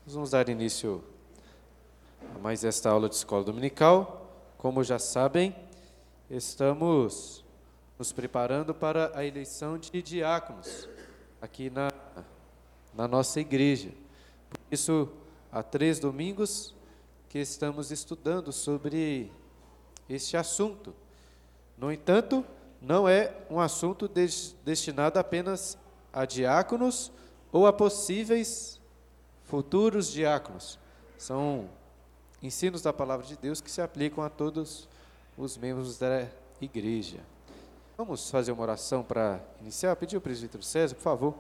Nós vamos dar início a mais esta aula de escola dominical. Como já sabem, estamos nos preparando para a eleição de diáconos aqui na nossa igreja. Por isso, há 3 domingos que estamos estudando sobre este assunto. No entanto, não é um assunto destinado apenas a diáconos ou a possíveis futuros diáconos. São ensinos da palavra de Deus que se aplicam a todos os membros da igreja. Vamos fazer uma oração para iniciar? Pedir ao presbítero César, por favor.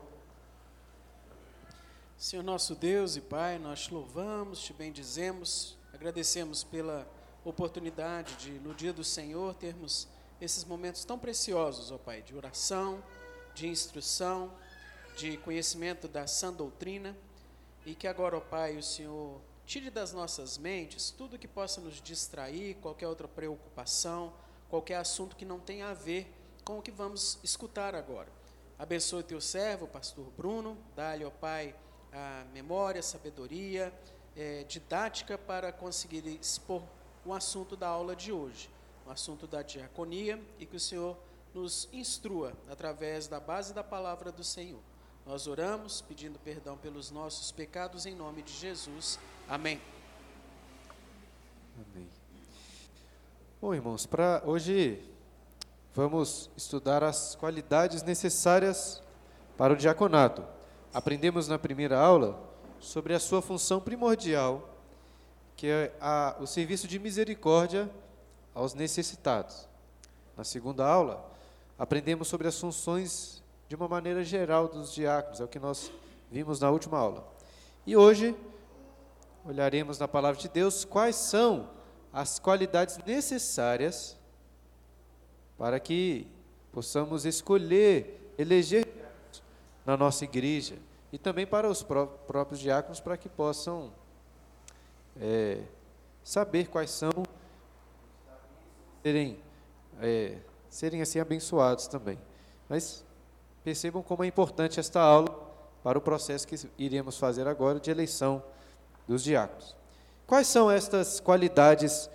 Senhor nosso Deus e Pai, nós te louvamos, te bendizemos, agradecemos pela oportunidade de, no dia do Senhor, termos esses momentos tão preciosos, ó Pai, de oração, de instrução, de conhecimento da sã doutrina, e que agora, ó Pai, o Senhor tire das nossas mentes tudo que possa nos distrair, qualquer outra preocupação, qualquer assunto que não tenha a ver com o que vamos escutar agora. Abençoe teu servo, o pastor Bruno, dá-lhe, ó Pai, a memória, a sabedoria, didática para conseguir expor o assunto da aula de hoje, o assunto da diaconia, e que o Senhor nos instrua através da base da palavra do Senhor. Nós oramos pedindo perdão pelos nossos pecados em nome de Jesus. Amém. Amém. Bom, irmãos, para hoje vamos estudar as qualidades necessárias para o diaconato. Aprendemos na primeira aula sobre a sua função primordial, que é o serviço de misericórdia aos necessitados. Na segunda aula, aprendemos sobre as funções de uma maneira geral dos diáconos, é o que nós vimos na última aula. E hoje, olharemos na palavra de Deus quais são as qualidades necessárias para que possamos escolher, eleger na nossa igreja, e também para os próprios diáconos, para que possam saber quais são, serem assim abençoados também. Mas percebam como é importante esta aula para o processo que iremos fazer agora de eleição dos diáconos. Quais são estas qualidades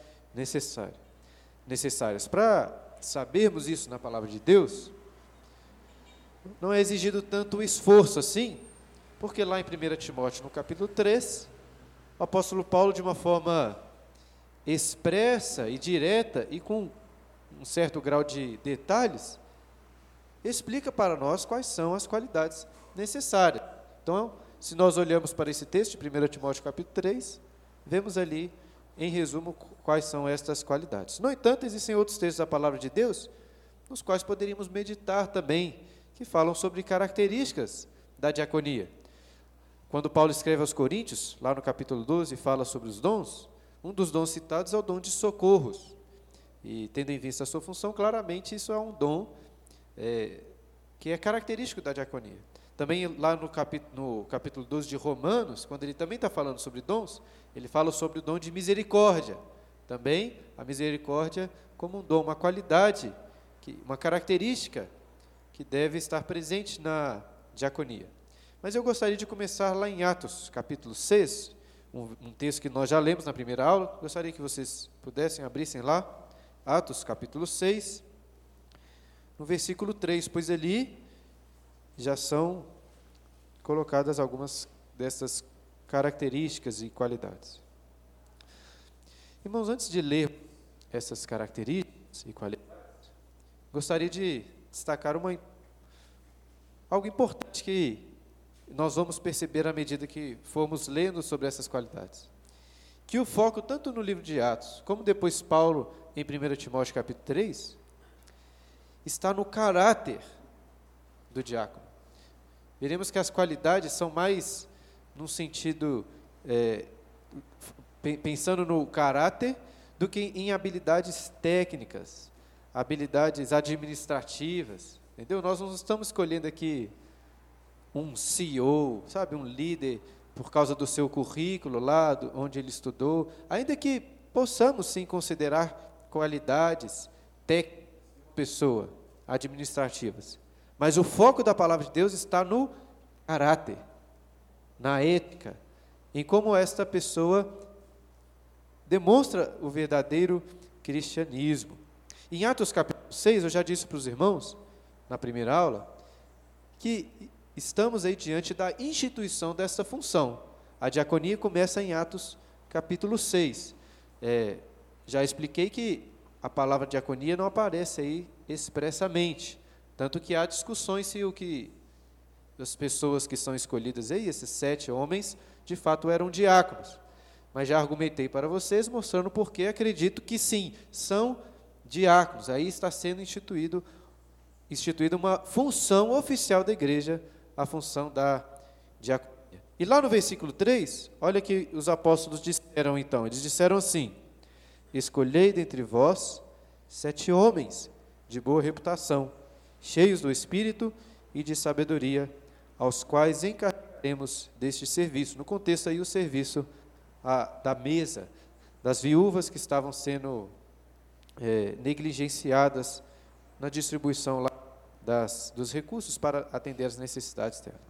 necessárias? Para sabermos isso na palavra de Deus, não é exigido tanto esforço assim, porque lá em 1 Timóteo, no capítulo 3, o apóstolo Paulo, de uma forma expressa e direta e com um certo grau de detalhes, explica para nós quais são as qualidades necessárias. Então, se nós olhamos para esse texto de 1 Timóteo capítulo 3, vemos ali, em resumo, quais são estas qualidades. No entanto, existem outros textos da palavra de Deus, nos quais poderíamos meditar também, que falam sobre características da diaconia. Quando Paulo escreve aos Coríntios, lá no capítulo 12, fala sobre os dons, um dos dons citados é o dom de socorros. E, tendo em vista a sua função, claramente isso é um dom que é característico da diaconia. Também lá no capítulo 12 de Romanos, quando ele também está falando sobre dons, ele fala sobre o dom de misericórdia. Também a misericórdia como um dom, uma qualidade, uma característica que deve estar presente na diaconia. Mas eu gostaria de começar lá em Atos, capítulo 6, um texto que nós já lemos na primeira aula. Gostaria que vocês pudessem, abrissem lá, Atos, capítulo 6, no versículo 3, pois ali já são colocadas algumas dessas características e qualidades. Irmãos, antes de ler essas características e qualidades, gostaria de destacar algo importante que nós vamos perceber à medida que formos lendo sobre essas qualidades. Que o foco, tanto no livro de Atos, como depois Paulo, em 1 Timóteo capítulo 3, está no caráter do diácono. Veremos que as qualidades são mais num sentido, pensando no caráter, do que em habilidades técnicas, habilidades administrativas, entendeu? Nós não estamos escolhendo aqui um CEO, sabe, um líder, por causa do seu currículo lá, onde ele estudou, ainda que possamos sim considerar qualidades técnicas, pessoa, administrativas. Mas o foco da palavra de Deus está no caráter, na ética em como esta pessoa demonstra o verdadeiro cristianismo. Em Atos capítulo 6, eu já disse para os irmãos, na primeira aula, que estamos aí diante da instituição dessa função. A diaconia começa em Atos capítulo 6. Já expliquei que a palavra diaconia não aparece aí expressamente, tanto que há discussões se o que as pessoas que são escolhidas aí, esses 7 homens, de fato eram diáconos. Mas já argumentei para vocês, mostrando por que acredito que sim, são diáconos. Aí está sendo instituída uma função oficial da igreja, a função da diaconia. E lá no versículo 3, olha que os apóstolos disseram então, eles disseram assim: escolhei dentre vós 7 homens de boa reputação, cheios do Espírito e de sabedoria, aos quais encarregaremos deste serviço. No contexto aí, o serviço da mesa, das viúvas que estavam sendo negligenciadas na distribuição lá dos recursos para atender as necessidades dela.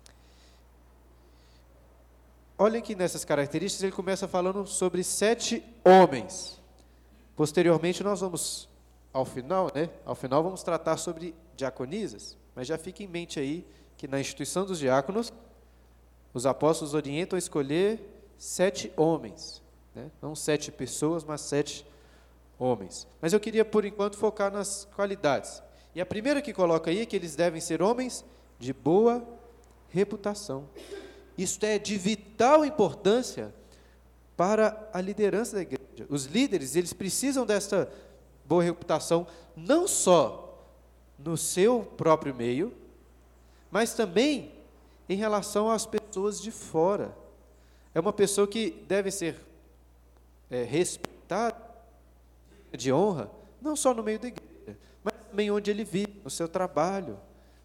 Olhem que nessas características ele começa falando sobre 7 homens. Posteriormente nós vamos, ao final vamos tratar sobre diaconisas, mas já fique em mente aí que na instituição dos diáconos, os apóstolos orientam a escolher 7 homens, né? Não 7 pessoas, mas 7 homens. Mas eu queria, por enquanto, focar nas qualidades. E a primeira que coloca aí é que eles devem ser homens de boa reputação. Isto é de vital importância para a liderança da igreja. Os líderes, eles precisam desta boa reputação, não só no seu próprio meio, mas também em relação às pessoas de fora. É uma pessoa que deve ser respeitada, de honra, não só no meio da igreja, mas também onde ele vive, no seu trabalho,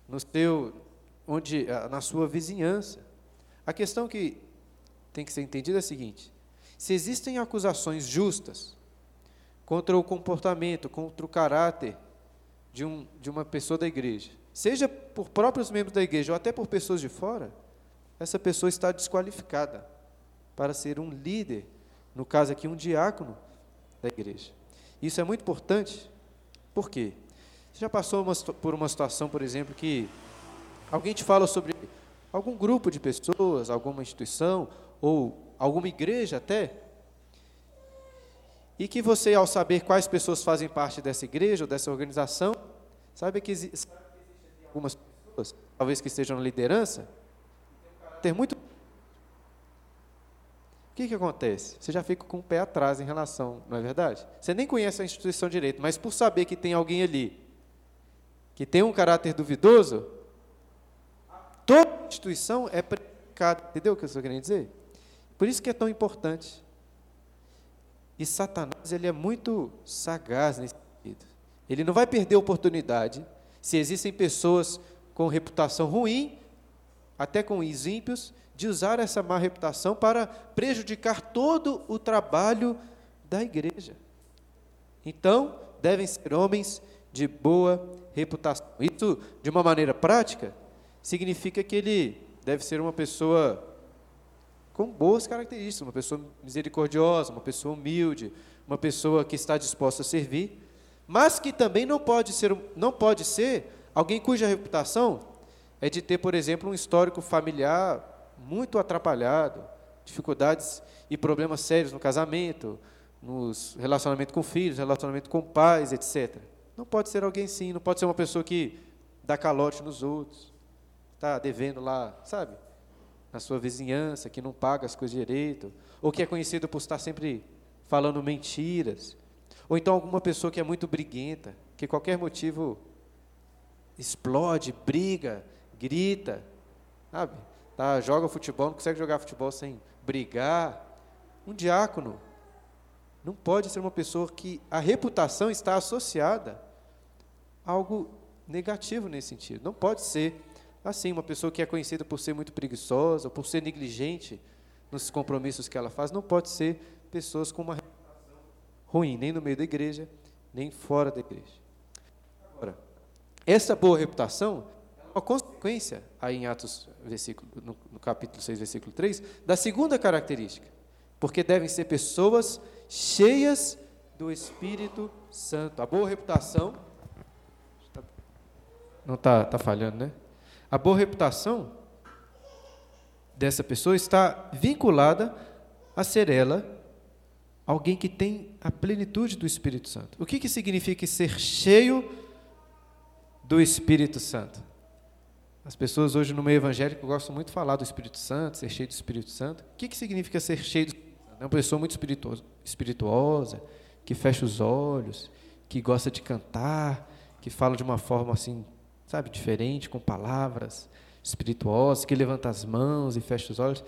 na sua vizinhança. A questão que tem que ser entendida é a seguinte: se existem acusações justas contra o comportamento, contra o caráter de uma pessoa da igreja, seja por próprios membros da igreja ou até por pessoas de fora, essa pessoa está desqualificada para ser um líder, no caso aqui, um diácono da igreja. Isso é muito importante, por quê? Você já passou por uma situação, por exemplo, que alguém te fala sobre algum grupo de pessoas, alguma instituição, ou alguma igreja até, e que você, ao saber quais pessoas fazem parte dessa igreja ou dessa organização, sabe que existem algumas pessoas, talvez que estejam na liderança, ter muito... O que acontece? Você já fica com o pé atrás em relação, não é verdade? Você nem conhece a instituição direito, mas por saber que tem alguém ali que tem um caráter duvidoso, toda instituição é prejudicada. Entendeu o que eu estou querendo dizer? Por isso que é tão importante. E Satanás, ele é muito sagaz nesse sentido. Ele não vai perder a oportunidade, se existem pessoas com reputação ruim, até com os ímpios, de usar essa má reputação para prejudicar todo o trabalho da igreja. Então, devem ser homens de boa reputação. Isso, de uma maneira prática, significa que ele deve ser uma pessoa com boas características, uma pessoa misericordiosa, uma pessoa humilde, uma pessoa que está disposta a servir, mas que também não pode ser alguém cuja reputação é de ter, por exemplo, um histórico familiar muito atrapalhado, dificuldades e problemas sérios no casamento, nos relacionamento com filhos, relacionamento com pais, etc. Não pode ser alguém assim, não pode ser uma pessoa que dá calote nos outros, está devendo lá, sabe, na sua vizinhança, que não paga as coisas direito, ou que é conhecido por estar sempre falando mentiras, ou então alguma pessoa que é muito briguenta, que qualquer motivo explode, briga, grita, sabe? Joga futebol, não consegue jogar futebol sem brigar. Um diácono não pode ser uma pessoa que a reputação está associada a algo negativo nesse sentido. Não pode ser assim, uma pessoa que é conhecida por ser muito preguiçosa, ou por ser negligente nos compromissos que ela faz. Não pode ser pessoas com uma reputação ruim, nem no meio da igreja, nem fora da igreja. Agora, essa boa reputação é uma consequência consequência, aí em Atos, no capítulo 6, versículo 3, da segunda característica, porque devem ser pessoas cheias do Espírito Santo. A boa reputação, não está falhando, né? A boa reputação dessa pessoa está vinculada a ser ela alguém que tem a plenitude do Espírito Santo. O que significa ser cheio do Espírito Santo? As pessoas hoje no meio evangélico gostam muito de falar do Espírito Santo, ser cheio do Espírito Santo. O que significa ser cheio do Espírito Santo? É uma pessoa muito espirituosa, que fecha os olhos, que gosta de cantar, que fala de uma forma assim, sabe, diferente, com palavras espirituosas, que levanta as mãos e fecha os olhos.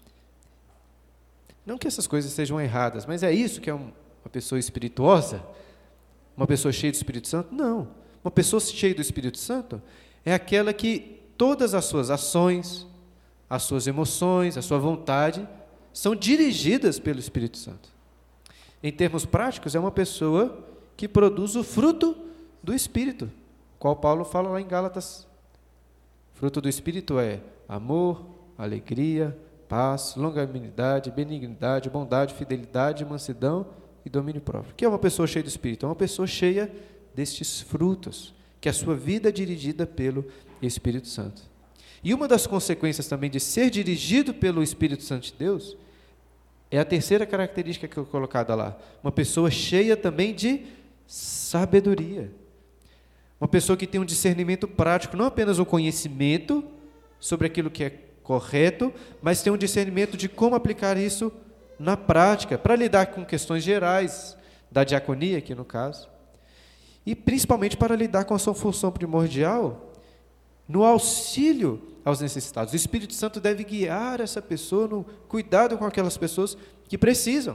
Não que essas coisas sejam erradas, mas é isso que é uma pessoa espirituosa? Uma pessoa cheia do Espírito Santo? Não. Uma pessoa cheia do Espírito Santo é aquela que todas as suas ações, as suas emoções, a sua vontade, são dirigidas pelo Espírito Santo. Em termos práticos, é uma pessoa que produz o fruto do Espírito, qual Paulo fala lá em Gálatas. Fruto do Espírito é amor, alegria, paz, longanimidade, benignidade, bondade, fidelidade, mansidão e domínio próprio. O que é uma pessoa cheia do Espírito? É uma pessoa cheia destes frutos, que a sua vida é dirigida pelo Espírito Santo. E uma das consequências também de ser dirigido pelo Espírito Santo de Deus é a terceira característica que eu colocada lá. Uma pessoa cheia também de sabedoria. Uma pessoa que tem um discernimento prático, não apenas um conhecimento sobre aquilo que é correto, mas tem um discernimento de como aplicar isso na prática, para lidar com questões gerais da diaconia, aqui no caso, e principalmente para lidar com a sua função primordial no auxílio aos necessitados. O Espírito Santo deve guiar essa pessoa no cuidado com aquelas pessoas que precisam.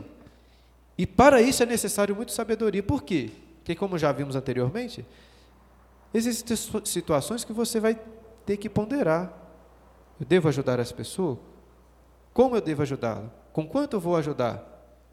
E para isso é necessário muita sabedoria. Por quê? Porque, como já vimos anteriormente, existem situações que você vai ter que ponderar. Eu devo ajudar essa pessoa? Como eu devo ajudá-la? Com quanto eu vou ajudar?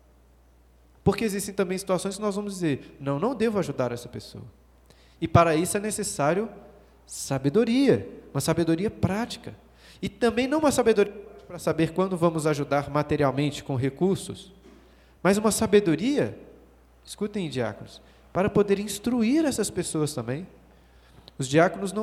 Porque existem também situações que nós vamos dizer, não devo ajudar essa pessoa. E para isso é necessário sabedoria, uma sabedoria prática. E também não uma sabedoria para saber quando vamos ajudar materialmente com recursos, mas uma sabedoria, escutem, diáconos, para poder instruir essas pessoas também. Os diáconos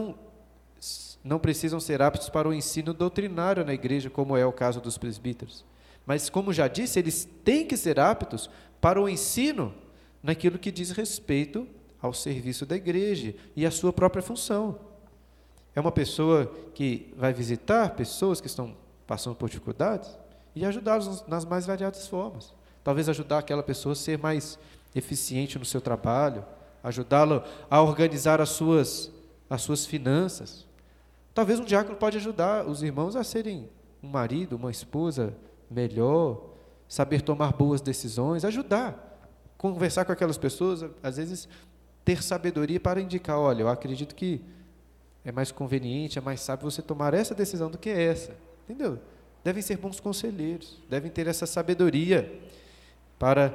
não precisam ser aptos para o ensino doutrinário na igreja, como é o caso dos presbíteros. Mas, como já disse, eles têm que ser aptos para o ensino naquilo que diz respeito ao serviço da igreja e à sua própria função. É uma pessoa que vai visitar pessoas que estão passando por dificuldades e ajudá-los nas mais variadas formas. Talvez ajudar aquela pessoa a ser mais eficiente no seu trabalho, ajudá-lo a organizar as suas finanças. Talvez um diácono pode ajudar os irmãos a serem um marido, uma esposa melhor, saber tomar boas decisões, ajudar, conversar com aquelas pessoas, às vezes ter sabedoria para indicar, olha, eu acredito que é mais conveniente, é mais sábio você tomar essa decisão do que essa, entendeu? Devem ser bons conselheiros, devem ter essa sabedoria para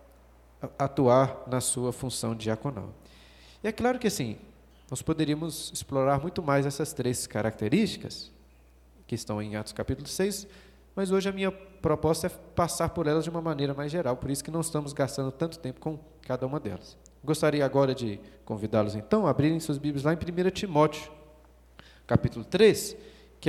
atuar na sua função diaconal. E é claro que assim, nós poderíamos explorar muito mais essas três características que estão em Atos capítulo 6, mas hoje a minha proposta é passar por elas de uma maneira mais geral, por isso que não estamos gastando tanto tempo com cada uma delas. Gostaria agora de convidá-los então a abrirem suas Bíblias lá em 1 Timóteo, capítulo 3, que é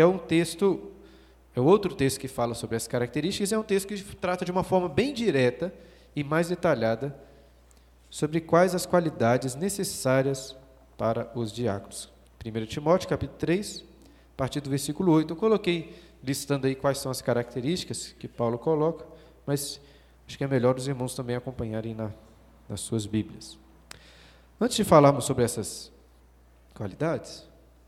outro texto que fala sobre as características, é um texto que trata de uma forma bem direta e mais detalhada sobre quais as qualidades necessárias para os diáconos. 1 Timóteo, capítulo 3, a partir do versículo 8. Eu coloquei, listando aí quais são as características que Paulo coloca, mas acho que é melhor os irmãos também acompanharem nas suas Bíblias. Antes de falarmos sobre essas qualidades,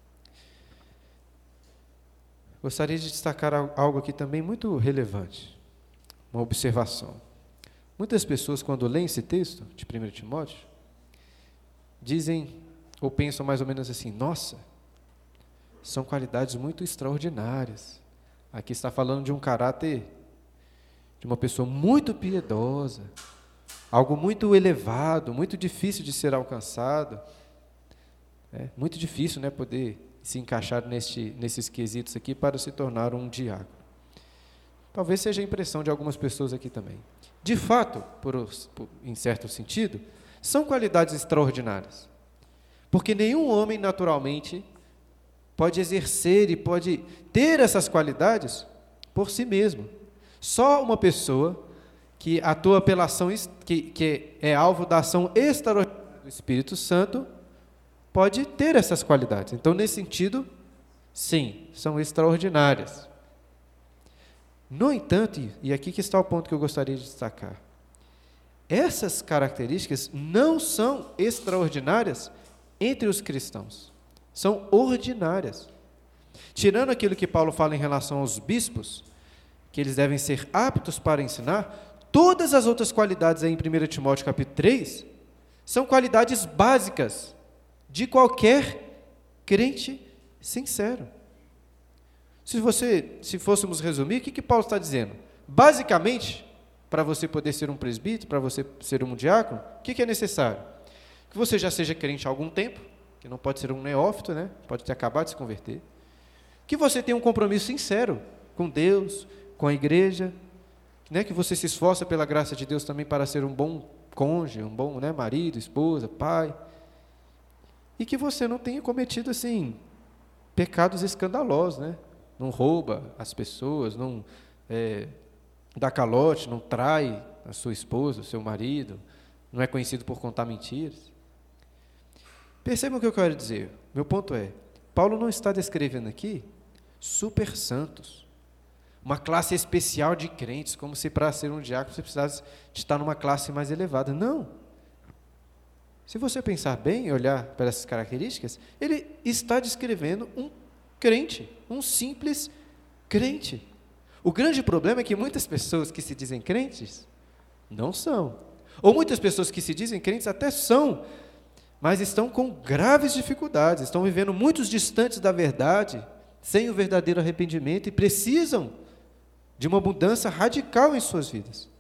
gostaria de destacar algo aqui também muito relevante, uma observação. Muitas pessoas, quando leem esse texto de 1 Timóteo, dizem ou pensam mais ou menos assim, nossa, são qualidades muito extraordinárias. Aqui está falando de um caráter, de uma pessoa muito piedosa, algo muito elevado, muito difícil de ser alcançado. É muito difícil, né, poder se encaixar nesses quesitos aqui para se tornar um diácono. Talvez seja a impressão de algumas pessoas aqui também. De fato, em certo sentido, são qualidades extraordinárias. Porque nenhum homem, naturalmente, pode exercer e pode ter essas qualidades por si mesmo. Só uma pessoa que atua pela ação, que é alvo da ação extraordinária do Espírito Santo, pode ter essas qualidades. Então, nesse sentido, sim, são extraordinárias. No entanto, e aqui que está o ponto que eu gostaria de destacar, essas características não são extraordinárias entre os cristãos, são ordinárias. Tirando aquilo que Paulo fala em relação aos bispos, que eles devem ser aptos para ensinar, todas as outras qualidades aí em 1 Timóteo capítulo 3, são qualidades básicas de qualquer crente sincero. Se fôssemos resumir, o que Paulo está dizendo? Basicamente, para você poder ser um presbítero, para você ser um diácono, o que é necessário? Que você já seja crente há algum tempo, que não pode ser um neófito, né? Pode ter acabado de se converter. Que você tenha um compromisso sincero com Deus, com a igreja, né? Que você se esforça pela graça de Deus também para ser um bom cônjuge, um bom, né, marido, esposa, pai. E que você não tenha cometido assim pecados escandalosos, né? Não rouba as pessoas, não dá calote, não trai a sua esposa, o seu marido, não é conhecido por contar mentiras. Percebam o que eu quero dizer. Meu ponto é, Paulo não está descrevendo aqui super santos, uma classe especial de crentes, como se para ser um diácono você precisasse de estar numa classe mais elevada. Não. Se você pensar bem e olhar para essas características, ele está descrevendo um crente, um simples crente. O grande problema é que muitas pessoas que se dizem crentes não são. Ou muitas pessoas que se dizem crentes até são, mas estão com graves dificuldades, estão vivendo muito distantes da verdade, sem o verdadeiro arrependimento e precisam de uma mudança radical em suas vidas.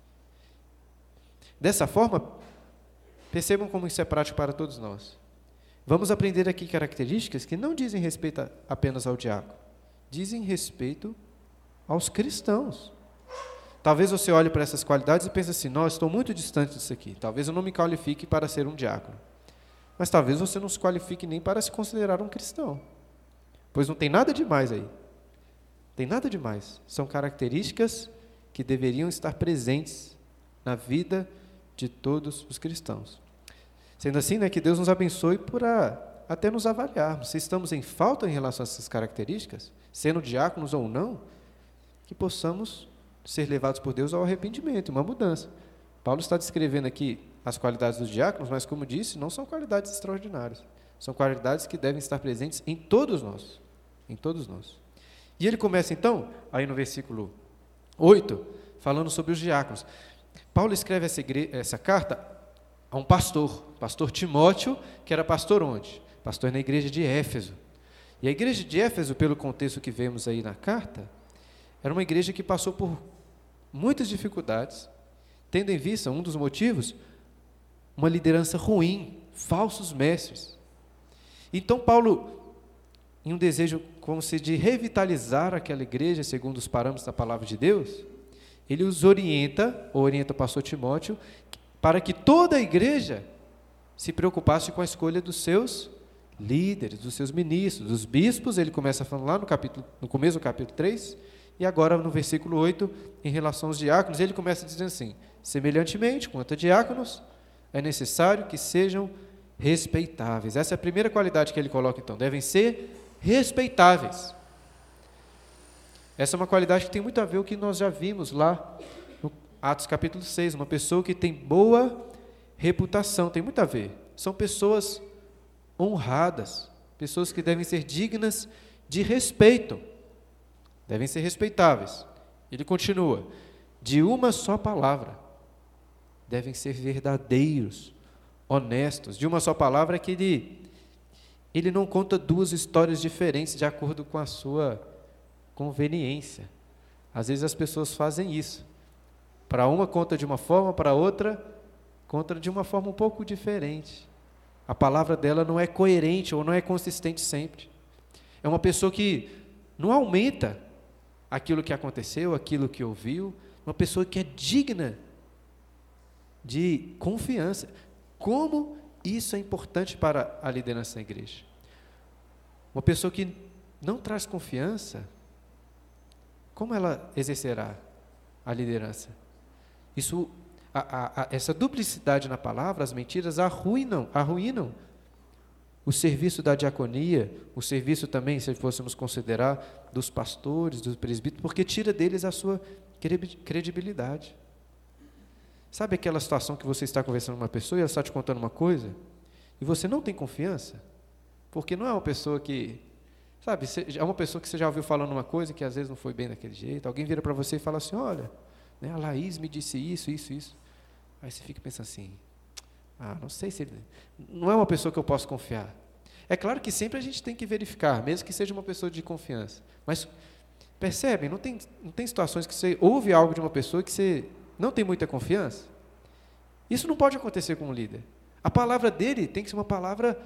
Dessa forma, percebam como isso é prático para todos nós. Vamos aprender aqui características que não dizem respeito apenas ao diácono, dizem respeito aos cristãos. Talvez você olhe para essas qualidades e pense assim, estou muito distante disso aqui, talvez eu não me qualifique para ser um diácono. Mas talvez você não se qualifique nem para se considerar um cristão, pois não tem nada demais aí. Tem nada demais. São características que deveriam estar presentes na vida de todos os cristãos. Sendo assim, que Deus nos abençoe por até nos avaliarmos. Se estamos em falta em relação a essas características, sendo diáconos ou não, que possamos ser levados por Deus ao arrependimento, uma mudança. Paulo está descrevendo aqui as qualidades dos diáconos, mas, como disse, não são qualidades extraordinárias. São qualidades que devem estar presentes em todos nós. Em todos nós. E ele começa, então, aí no versículo 8, falando sobre os diáconos. Paulo escreve essa carta a um pastor Timóteo, que era pastor onde? Pastor na igreja de Éfeso. E a igreja de Éfeso, pelo contexto que vemos aí na carta, era uma igreja que passou por muitas dificuldades, tendo em vista, um dos motivos, uma liderança ruim, falsos mestres. Então Paulo, em um desejo como se de revitalizar aquela igreja, segundo os parâmetros da palavra de Deus, ele os orienta o pastor Timóteo, para que toda a igreja se preocupasse com a escolha dos seus líderes, dos seus ministros, dos bispos. Ele começa falando lá no começo do capítulo 3, e agora no versículo 8, em relação aos diáconos, ele começa dizendo assim, semelhantemente, quanto a diáconos, é necessário que sejam respeitáveis. Essa é a primeira qualidade que ele coloca, então, devem ser respeitáveis. Essa é uma qualidade que tem muito a ver com o que nós já vimos lá no Atos capítulo 6, uma pessoa que tem boa reputação, tem muito a ver. São pessoas honradas, pessoas que devem ser dignas de respeito, devem ser respeitáveis. Ele continua, de uma só palavra, devem ser verdadeiros, honestos. De uma só palavra é que ele não conta duas histórias diferentes de acordo com a sua conveniência. Às vezes as pessoas fazem isso. Para uma conta de uma forma, para outra conta de uma forma um pouco diferente. A palavra dela não é coerente ou não é consistente sempre. É uma pessoa que não aumenta aquilo que aconteceu, aquilo que ouviu, uma pessoa que é digna de confiança. Como isso é importante para a liderança da igreja. Uma pessoa que não traz confiança, como ela exercerá a liderança? Isso, essa duplicidade na palavra, as mentiras arruinam o serviço da diaconia, o serviço também, se fôssemos considerar, dos pastores, dos presbíteros, porque tira deles a sua credibilidade. Sabe aquela situação que você está conversando com uma pessoa e ela está te contando uma coisa, e você não tem confiança? Porque não é uma pessoa que, sabe, é uma pessoa que você já ouviu falando uma coisa que às vezes não foi bem daquele jeito, alguém vira para você e fala assim, olha, né, a Laís me disse isso. Aí você fica pensando assim, não sei se ele... Não é uma pessoa que eu posso confiar. É claro que sempre a gente tem que verificar, mesmo que seja uma pessoa de confiança. Mas, percebem, não tem situações que você ouve algo de uma pessoa que você não tem muita confiança? Isso não pode acontecer com um líder. A palavra dele tem que ser uma palavra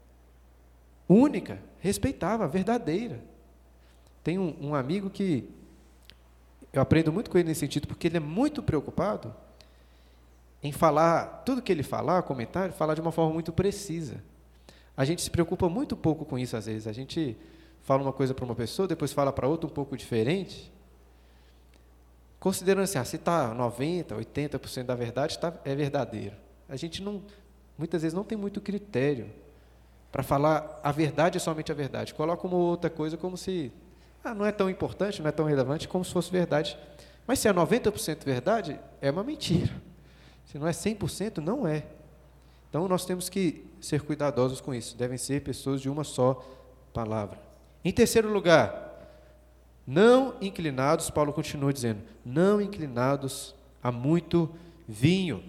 única, respeitável, verdadeira. Tem um amigo que eu aprendo muito com ele nesse sentido, porque ele é muito preocupado em falar, tudo que ele falar, comentário, falar de uma forma muito precisa. A gente se preocupa muito pouco com isso às vezes. A gente fala uma coisa para uma pessoa, depois fala para outra um pouco diferente, considerando assim, se está 90%, 80% da verdade, é verdadeiro. A gente muitas vezes não tem muito critério para falar a verdade é somente a verdade. Coloca uma outra coisa como se, não é tão importante, não é tão relevante, como se fosse verdade. Mas se é 90% verdade, é uma mentira. Se não é 100%, não é. Então, nós temos que ser cuidadosos com isso. Devem ser pessoas de uma só palavra. Em terceiro lugar, não inclinados, Paulo continua dizendo, não inclinados a muito vinho.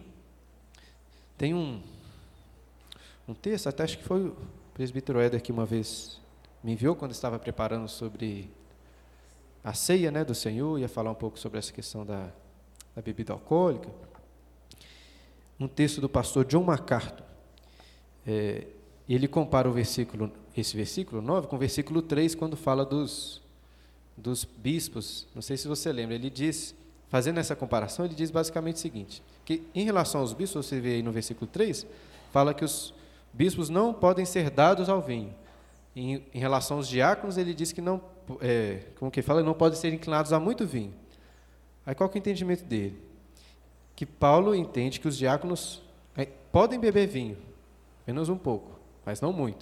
Tem um texto, até acho que foi o presbítero Éder que uma vez me enviou, quando estava preparando sobre a ceia, né, do Senhor, ia falar um pouco sobre essa questão da bebida alcoólica. Um texto do pastor John MacArthur. Ele compara esse versículo 9 com o versículo 3, quando fala dos bispos. Não sei se você lembra, ele diz, fazendo essa comparação, ele diz basicamente o seguinte, que em relação aos bispos, você vê aí no versículo 3, fala que os bispos não podem ser dados ao vinho. Em relação aos diáconos, ele diz que não, como que fala, não podem ser inclinados a muito vinho. Aí qual que é o entendimento dele? Que Paulo entende que os diáconos podem beber vinho, menos um pouco, mas não muito.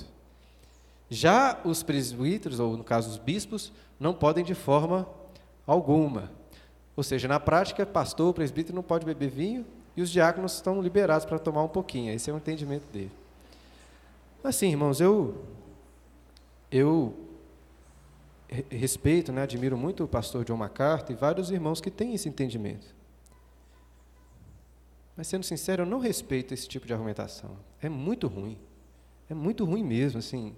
Já os presbíteros, ou no caso os bispos, não podem de forma alguma. Ou seja, na prática, pastor, presbítero não pode beber vinho e os diáconos estão liberados para tomar um pouquinho. Esse é o entendimento dele. Assim, irmãos, eu respeito, admiro muito o pastor John MacArthur e vários irmãos que têm esse entendimento. Mas, sendo sincero, eu não respeito esse tipo de argumentação. É muito ruim. É muito ruim mesmo, assim.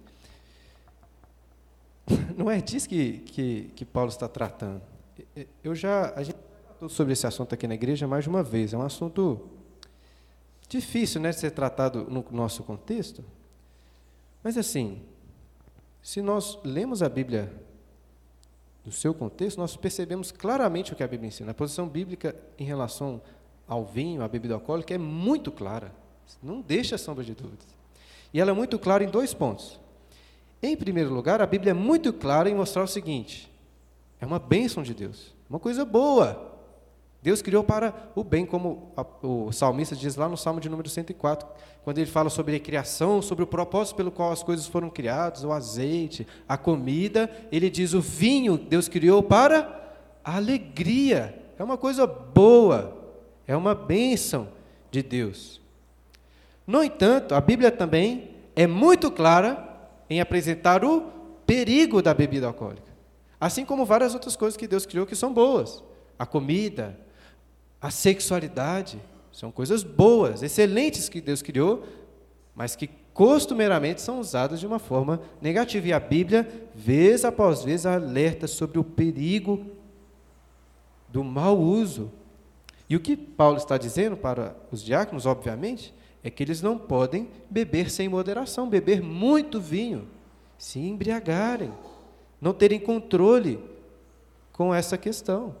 Não é disso que Paulo está tratando. A gente tratou sobre esse assunto aqui na igreja mais de uma vez. É um assunto difícil, de ser tratado no nosso contexto. Mas, assim, se nós lemos a Bíblia no seu contexto, nós percebemos claramente o que a Bíblia ensina. A posição bíblica em relação ao vinho, à bebida alcoólica, é muito clara. Não deixa sombra de dúvidas. E ela é muito clara em 2 pontos. Em primeiro lugar, a Bíblia é muito clara em mostrar o seguinte, é uma bênção de Deus, uma coisa boa. Deus criou para o bem, como o salmista diz lá no Salmo de número 104, quando ele fala sobre a criação, sobre o propósito pelo qual as coisas foram criadas, o azeite, a comida, ele diz, o vinho Deus criou para a alegria, é uma coisa boa. É uma bênção de Deus. No entanto, a Bíblia também é muito clara em apresentar o perigo da bebida alcoólica. Assim como várias outras coisas que Deus criou que são boas. A comida, a sexualidade, são coisas boas, excelentes que Deus criou, mas que costumeiramente são usadas de uma forma negativa. E a Bíblia, vez após vez, alerta sobre o perigo do mau uso. E o que Paulo está dizendo para os diáconos, obviamente, é que eles não podem beber sem moderação, beber muito vinho. se embriagarem, não terem controle com essa questão.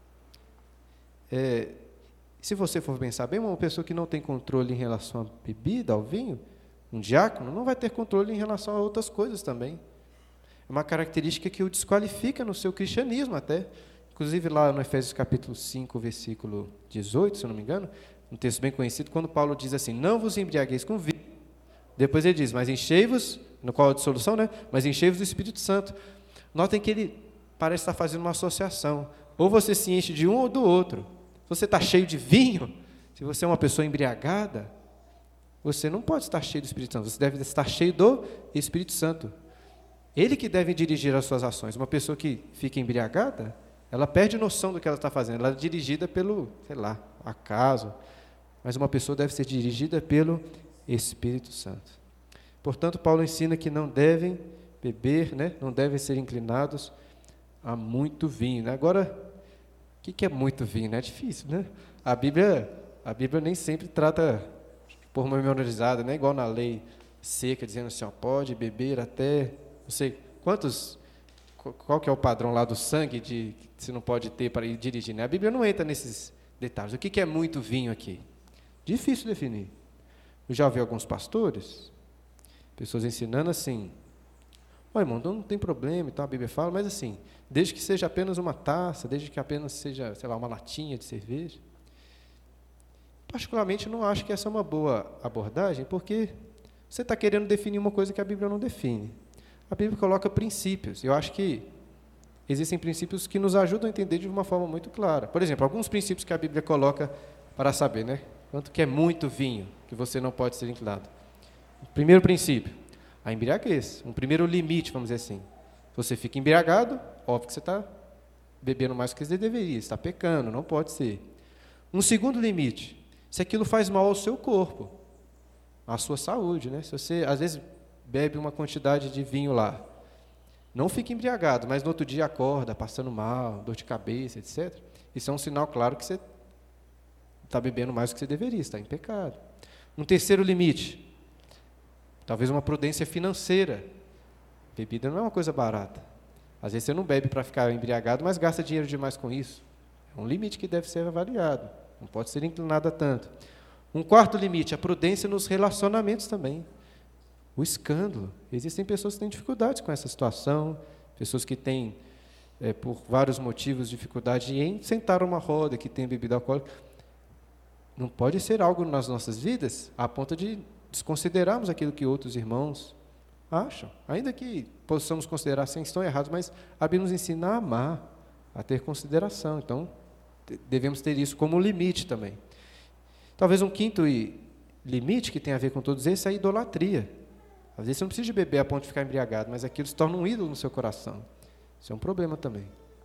Se você for pensar bem, uma pessoa que não tem controle em relação à bebida, ao vinho, um diácono, não vai ter controle em relação a outras coisas também. É uma característica que o desqualifica no seu cristianismo até. Inclusive lá no Efésios capítulo 5, versículo 18, se eu não me engano, um texto bem conhecido, quando Paulo diz assim, não vos embriagueis com vinho. Depois ele diz, mas enchei-vos, no qual a dissolução, né? Mas enchei-vos do Espírito Santo. Notem que ele parece estar fazendo uma associação. Ou você se enche de um ou do outro. Se você está cheio de vinho, se você é uma pessoa embriagada, você não pode estar cheio do Espírito Santo, você deve estar cheio do Espírito Santo. Ele que deve dirigir as suas ações. Uma pessoa que fica embriagada, ela perde noção do que ela está fazendo. Ela é dirigida pelo, acaso. Mas uma pessoa deve ser dirigida pelo Espírito Santo. Portanto, Paulo ensina que não devem beber, né? Não devem ser inclinados a muito vinho. Né? Agora, o que é muito vinho? É difícil, né? A Bíblia nem sempre trata por pormenorizada, né? Igual na lei seca, dizendo assim, ó, pode beber até, não sei qual que é o padrão lá do sangue que você não pode ter para ir dirigir. Né? A Bíblia não entra nesses detalhes. O que é muito vinho aqui? Difícil definir. Eu já ouvi alguns pastores, pessoas ensinando assim, irmão, não tem problema, então a Bíblia fala, mas assim, desde que seja apenas uma taça, desde que apenas seja, uma latinha de cerveja. Particularmente, eu não acho que essa é uma boa abordagem, porque você está querendo definir uma coisa que a Bíblia não define. A Bíblia coloca princípios. Eu acho que existem princípios que nos ajudam a entender de uma forma muito clara. Por exemplo, alguns princípios que a Bíblia coloca para saber, né? Quanto que é muito vinho, que você não pode ser inclinado. Primeiro princípio, a embriaguez. Um primeiro limite, vamos dizer assim. Você fica embriagado, óbvio que você está bebendo mais do que você deveria, está pecando, não pode ser. Um segundo limite, se aquilo faz mal ao seu corpo, à sua saúde, né? Se você, às vezes, bebe uma quantidade de vinho lá, não fica embriagado, mas no outro dia acorda, passando mal, dor de cabeça, etc. Isso é um sinal claro que você está bebendo mais do que você deveria, está em pecado. Um terceiro limite, talvez uma prudência financeira. Bebida não é uma coisa barata. Às vezes você não bebe para ficar embriagado, mas gasta dinheiro demais com isso. É um limite que deve ser avaliado. Não pode ser inclinado a tanto. Um quarto limite, a prudência nos relacionamentos também. O escândalo. Existem pessoas que têm dificuldades com essa situação, pessoas que têm, por vários motivos, dificuldade em sentar uma roda, que tem bebida alcoólica. Não pode ser algo nas nossas vidas a ponto de desconsiderarmos aquilo que outros irmãos acham. Ainda que possamos considerar assim, estão errados, mas a Bíblia nos ensina a amar, a ter consideração. Então, devemos ter isso como limite também. Talvez um quinto limite que tem a ver com todos esses é a idolatria. Às vezes você não precisa de beber a ponto de ficar embriagado, mas aquilo se torna um ídolo no seu coração. Isso é um problema também.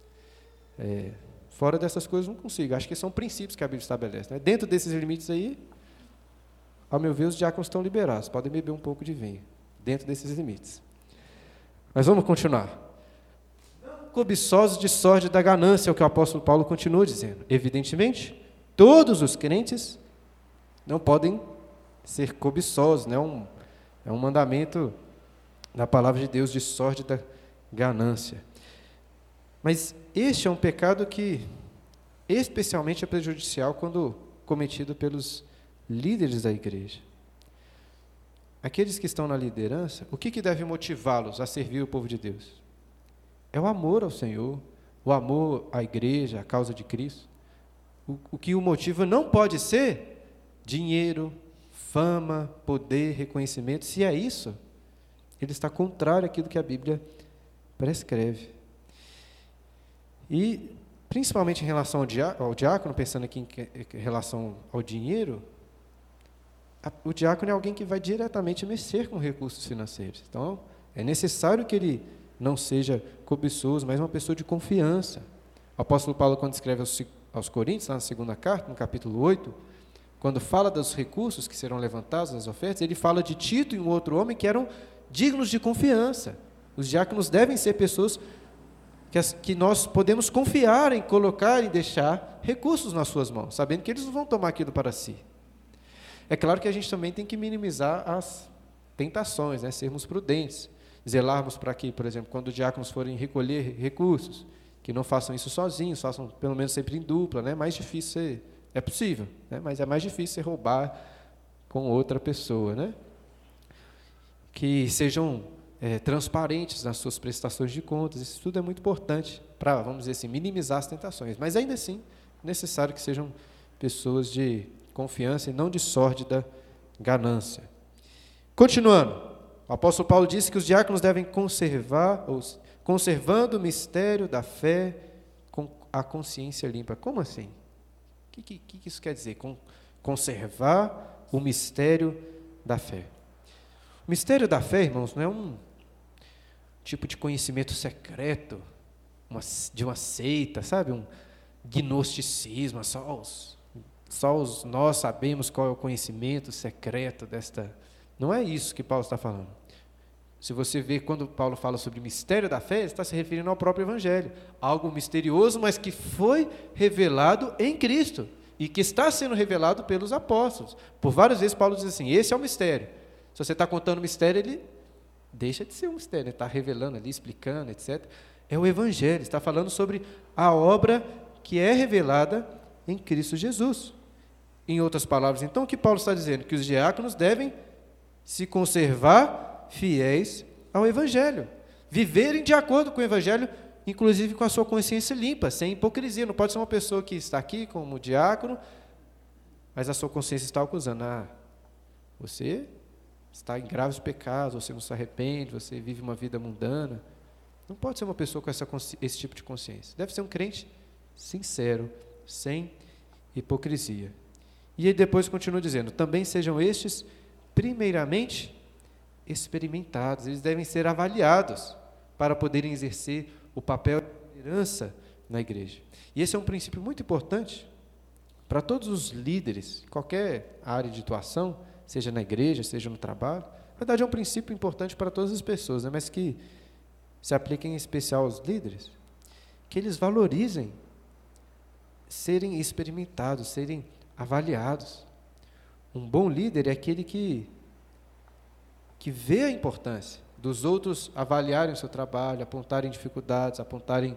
Fora dessas coisas não consigo. Acho que são princípios que a Bíblia estabelece. Né? Dentro desses limites aí, ao meu ver, os diáconos estão liberados. Podem beber um pouco de vinho. Dentro desses limites. Mas vamos continuar. Não cobiçosos de sorte da ganância, é o que o apóstolo Paulo continua dizendo. Evidentemente, todos os crentes não podem ser cobiçosos. Né? É um mandamento da palavra de Deus de sorte da ganância. Mas este é um pecado que especialmente é prejudicial quando cometido pelos líderes da igreja. Aqueles que estão na liderança, o que deve motivá-los a servir o povo de Deus? É o amor ao Senhor, o amor à igreja, à causa de Cristo. O que o motiva não pode ser dinheiro, fama, poder, reconhecimento. Se é isso, ele está contrário àquilo que a Bíblia prescreve. E, principalmente em relação ao diácono, pensando aqui em relação ao dinheiro, o diácono é alguém que vai diretamente mexer com recursos financeiros. Então, é necessário que ele não seja cobiçoso, mas uma pessoa de confiança. O apóstolo Paulo, quando escreve aos Coríntios, lá na segunda carta, no capítulo 8, quando fala dos recursos que serão levantados nas ofertas, ele fala de Tito e um outro homem que eram dignos de confiança. Os diáconos devem ser pessoas que nós podemos confiar em colocar e deixar recursos nas suas mãos, sabendo que eles não vão tomar aquilo para si. É claro que a gente também tem que minimizar as tentações, né? Sermos prudentes. zelarmos para que, por exemplo, quando os diáconos forem recolher recursos, que não façam isso sozinhos, façam pelo menos sempre em dupla, né? Mais difícil é possível, né? Mas é mais difícil roubar com outra pessoa, né? Que sejam transparentes nas suas prestações de contas, isso tudo é muito importante para, vamos dizer assim, minimizar as tentações, mas ainda assim, é necessário que sejam pessoas de confiança e não de sórdida ganância. Continuando, o apóstolo Paulo disse que os diáconos devem conservando o mistério da fé com a consciência limpa. Como assim? O que isso quer dizer? Conservar o mistério da fé. O mistério da fé, irmãos, não é um tipo de conhecimento secreto, de uma seita, sabe? Um gnosticismo, só nós sabemos qual é o conhecimento secreto desta... Não é isso que Paulo está falando. Se você vê quando Paulo fala sobre o mistério da fé, ele está se referindo ao próprio Evangelho. Algo misterioso, mas que foi revelado em Cristo e que está sendo revelado pelos apóstolos. Por várias vezes Paulo diz assim, esse é o mistério. Se você está contando o mistério, ele deixa de ser um mistério, ele está revelando ali, explicando, etc. É o Evangelho, está falando sobre a obra que é revelada em Cristo Jesus. Em outras palavras, então, o que Paulo está dizendo? Que os diáconos devem se conservar fiéis ao Evangelho, viverem de acordo com o Evangelho, inclusive com a sua consciência limpa, sem hipocrisia. Não pode ser uma pessoa que está aqui como diácono, mas a sua consciência está acusando. Você está em graves pecados, você não se arrepende, você vive uma vida mundana. Não pode ser uma pessoa com esse tipo de consciência. Deve ser um crente sincero, sem hipocrisia. E ele depois continua dizendo, também sejam estes, primeiramente, experimentados. Eles devem ser avaliados para poderem exercer o papel de liderança na igreja. E esse é um princípio muito importante para todos os líderes, qualquer área de atuação, seja na igreja, seja no trabalho. Na verdade, é um princípio importante para todas as pessoas, né? Mas que se aplica em especial aos líderes, que eles valorizem serem experimentados, serem avaliados. Um bom líder é aquele que vê a importância dos outros avaliarem o seu trabalho, apontarem dificuldades, apontarem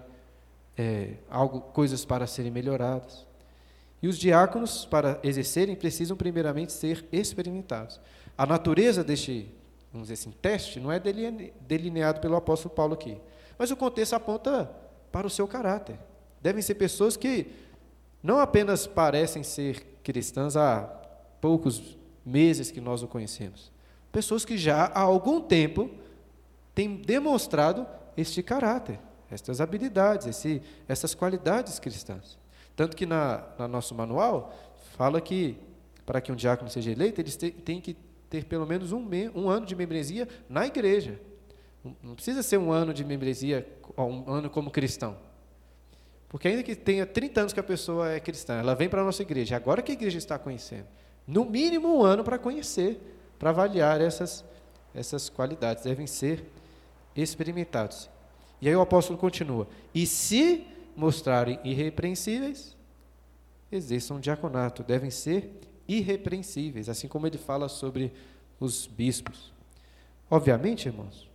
coisas para serem melhoradas. E os diáconos, para exercerem, precisam primeiramente ser experimentados. A natureza deste, vamos dizer assim, teste não é delineado pelo apóstolo Paulo aqui, mas o contexto aponta para o seu caráter. Devem ser pessoas que não apenas parecem ser cristãs há poucos meses que nós o conhecemos, pessoas que já há algum tempo têm demonstrado este caráter, estas habilidades, essas qualidades cristãs. Tanto que no nosso manual fala que, para que um diácono seja eleito, eles têm que ter pelo menos um ano de membresia na igreja. Não precisa ser um ano de membresia, um ano como cristão. Porque ainda que tenha 30 anos que a pessoa é cristã, ela vem para a nossa igreja, agora que a igreja está conhecendo. No mínimo um ano para conhecer, para avaliar essas qualidades, devem ser experimentados. E aí o apóstolo continua, e se mostrarem irrepreensíveis, exerçam um diaconato, devem ser irrepreensíveis, assim como ele fala sobre os bispos. Obviamente, irmãos,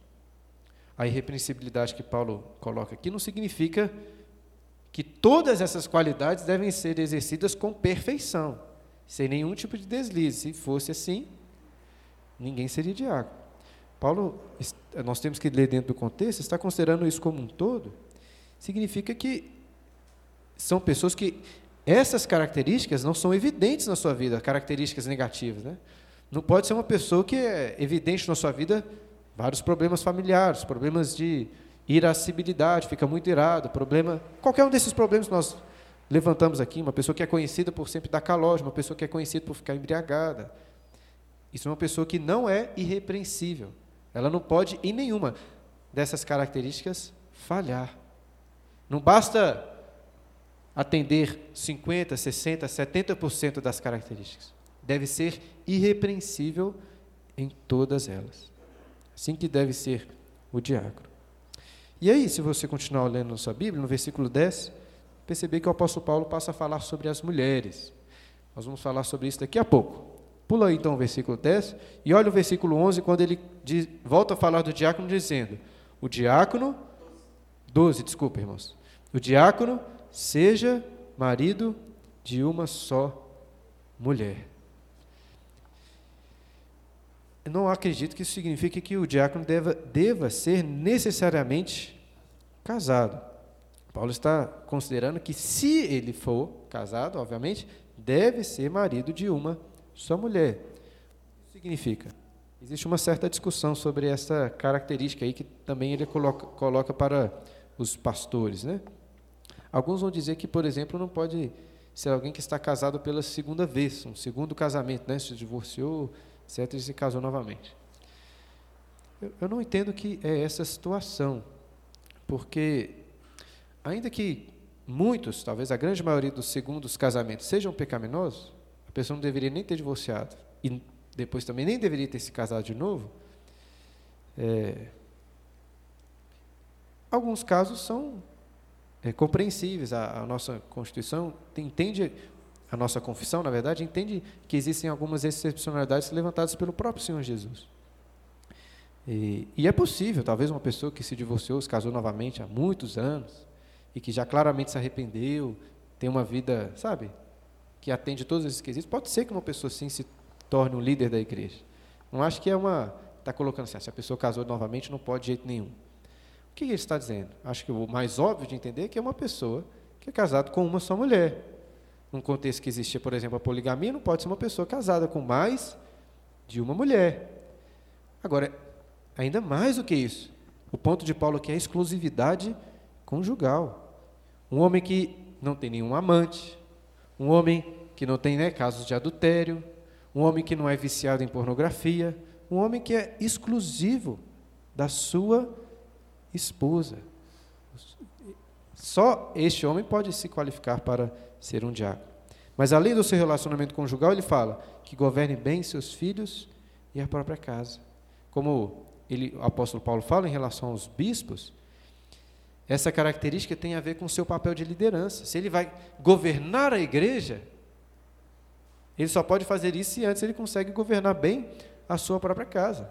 a irrepreensibilidade que Paulo coloca aqui não significa que todas essas qualidades devem ser exercidas com perfeição, sem nenhum tipo de deslize. Se fosse assim, ninguém seria diácono. Paulo, nós temos que ler dentro do contexto, está considerando isso como um todo, significa que são pessoas que essas características não são evidentes na sua vida, características negativas, né? Não pode ser uma pessoa que é evidente na sua vida vários problemas familiares, problemas de irascibilidade, fica muito irado, qualquer um desses problemas que nós levantamos aqui, uma pessoa que é conhecida por sempre dar calote, uma pessoa que é conhecida por ficar embriagada. Isso é uma pessoa que não é irrepreensível. Ela não pode, em nenhuma dessas características, falhar. Não basta atender 50%, 60%, 70% das características. Deve ser irrepreensível em todas elas. Assim que deve ser o diácono. E aí, se você continuar lendo na sua Bíblia, no versículo 10, perceber que o apóstolo Paulo passa a falar sobre as mulheres. Nós vamos falar sobre isso daqui a pouco. Pula aí então o versículo 10 e olha o versículo 11, quando ele volta a falar do diácono, dizendo: o diácono, 12, desculpa, irmãos. O diácono seja marido de uma só mulher. Eu não acredito que isso signifique que o diácono deva ser necessariamente casado. Paulo está considerando que, se ele for casado, obviamente, deve ser marido de uma só mulher. O que significa? Existe uma certa discussão sobre essa característica aí que também ele coloca para os pastores, né? Alguns vão dizer que, por exemplo, não pode ser alguém que está casado pela segunda vez, um segundo casamento, né? Se divorciou, etc., e se casou novamente. Eu não entendo que é essa situação, porque, ainda que muitos, talvez a grande maioria dos segundos casamentos sejam pecaminosos, a pessoa não deveria nem ter divorciado, e depois também nem deveria ter se casado de novo. Alguns casos são compreensíveis. A nossa Constituição entende, a nossa confissão, na verdade, entende que existem algumas excepcionalidades levantadas pelo próprio Senhor Jesus. E é possível, talvez uma pessoa que se divorciou, se casou novamente há muitos anos, e que já claramente se arrependeu, tem uma vida, sabe, que atende todos esses quesitos, pode ser que uma pessoa assim se torne um líder da igreja. Não acho que está colocando assim, se a pessoa casou novamente, não pode de jeito nenhum. O que ele está dizendo? Acho que o mais óbvio de entender é que é uma pessoa que é casada com uma só mulher. Num contexto que existia, por exemplo, a poligamia, não pode ser uma pessoa casada com mais de uma mulher. Agora, ainda mais do que isso, o ponto de Paulo aqui é a exclusividade conjugal. Um homem que não tem nenhum amante, um homem que não tem casos de adultério, um homem que não é viciado em pornografia, um homem que é exclusivo da sua esposa. Só este homem pode se qualificar para ser um diácono. Mas, além do seu relacionamento conjugal, ele fala que governe bem seus filhos e a própria casa. Como o apóstolo Paulo fala em relação aos bispos, essa característica tem a ver com o seu papel de liderança. Se ele vai governar a igreja, ele só pode fazer isso se antes ele consegue governar bem a sua própria casa.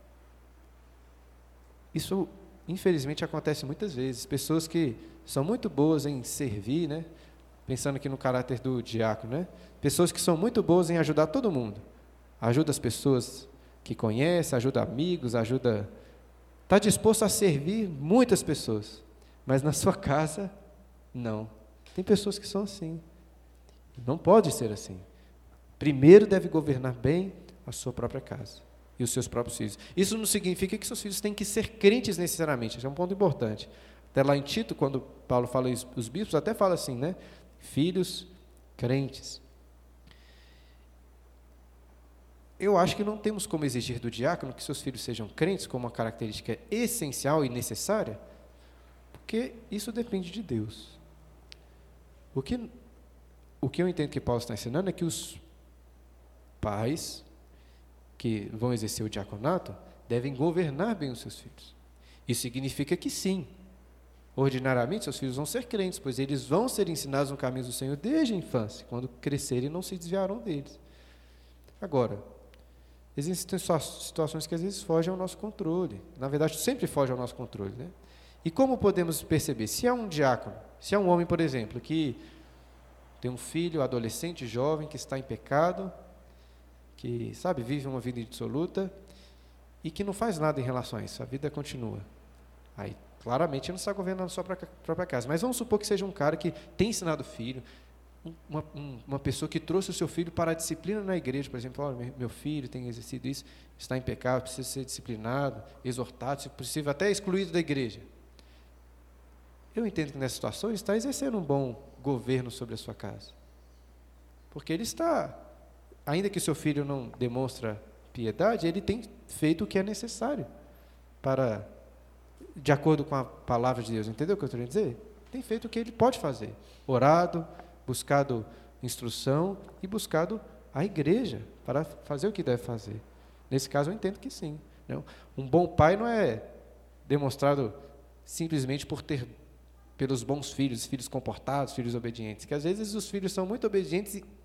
Isso, infelizmente, acontece muitas vezes. Pessoas que são muito boas em servir, né? Pensando aqui no caráter do diácono, né? Pessoas que são muito boas em ajudar todo mundo. Ajuda as pessoas que conhece, ajuda amigos, está disposto a servir muitas pessoas, mas na sua casa, não. Tem pessoas que são assim. Não pode ser assim. Primeiro deve governar bem a sua própria casa e os seus próprios filhos. Isso não significa que seus filhos têm que ser crentes necessariamente, isso é um ponto importante. Até lá em Tito, quando Paulo fala isso, os bispos até fala assim, né? Filhos crentes. Eu acho que não temos como exigir do diácono que seus filhos sejam crentes como uma característica essencial e necessária, porque isso depende de Deus. O que eu entendo que Paulo está ensinando é que os pais que vão exercer o diaconato devem governar bem os seus filhos. Isso significa que sim, ordinariamente seus filhos vão ser crentes, pois eles vão ser ensinados no caminho do Senhor desde a infância, quando crescerem não se desviarão deles. Agora, existem situações que às vezes fogem ao nosso controle, na verdade sempre fogem ao nosso controle, né? E como podemos perceber? Se é um diácono, se é um homem, por exemplo, que tem um filho, adolescente, jovem, que está em pecado, que, vive uma vida indissoluta e que não faz nada em relação a isso, a vida continua. Aí, claramente, ele não está governando a sua própria casa. Mas vamos supor que seja um cara que tem ensinado o filho, uma pessoa que trouxe o seu filho para a disciplina na igreja, por exemplo, meu filho tem exercido isso, está em pecado, precisa ser disciplinado, exortado, se possível, até excluído da igreja. Eu entendo que nessa situação ele está exercendo um bom governo sobre a sua casa. Porque ele está, ainda que seu filho não demonstre piedade, ele tem feito o que é necessário de acordo com a palavra de Deus. Entendeu o que eu estou querendo dizer? Tem feito o que ele pode fazer. Orado, buscado instrução e buscado a igreja para fazer o que deve fazer. Nesse caso, eu entendo que sim. Não? Um bom pai não é demonstrado simplesmente pelos bons filhos, filhos comportados, filhos obedientes, que às vezes os filhos são muito obedientes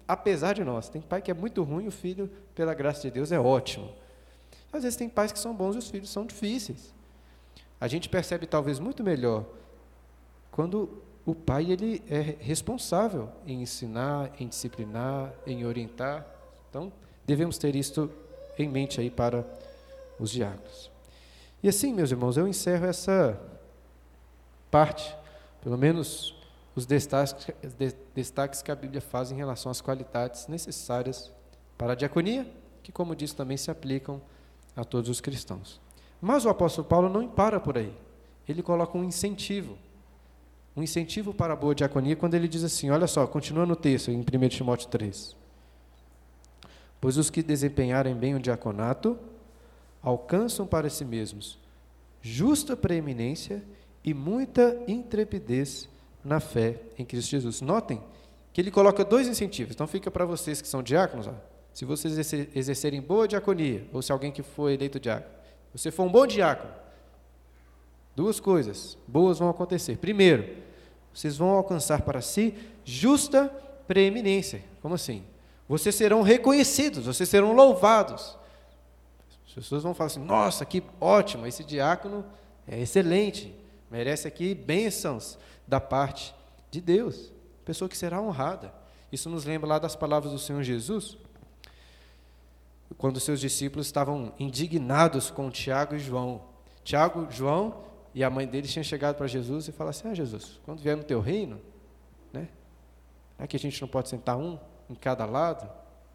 apesar de nós. Tem pai que é muito ruim, o filho, pela graça de Deus, é ótimo. Às vezes tem pais que são bons e os filhos são difíceis. A gente percebe talvez muito melhor quando o pai ele é responsável em ensinar, em disciplinar, em orientar. Então, devemos ter isto em mente aí para os diáconos. E assim, meus irmãos, eu encerro essa parte, pelo menos os destaques que a Bíblia faz em relação às qualidades necessárias para a diaconia, que, como disse, também se aplicam a todos os cristãos. Mas o apóstolo Paulo não para por aí. Ele coloca um incentivo para a boa diaconia, quando ele diz assim, olha só, continua no texto, em 1 Timóteo 3. Pois os que desempenharem bem o diaconato alcançam para si mesmos justa preeminência e muita intrepidez na fé em Cristo Jesus. Notem que ele coloca 2 incentivos. Então fica para vocês que são diáconos, ó, se vocês exercerem boa diaconia, ou se alguém que for eleito diácono, você for um bom diácono, 2 coisas boas vão acontecer. Primeiro, vocês vão alcançar para si justa preeminência. Como assim? Vocês serão reconhecidos, vocês serão louvados. As pessoas vão falar assim, nossa, que ótimo, esse diácono é excelente, merece aqui bênçãos da parte de Deus. Pessoa que será honrada. Isso nos lembra lá das palavras do Senhor Jesus, quando seus discípulos estavam indignados com Tiago e João. Tiago, João e a mãe deles tinham chegado para Jesus e falaram assim, Jesus, quando vier no teu reino, né, é que a gente não pode sentar um em cada lado?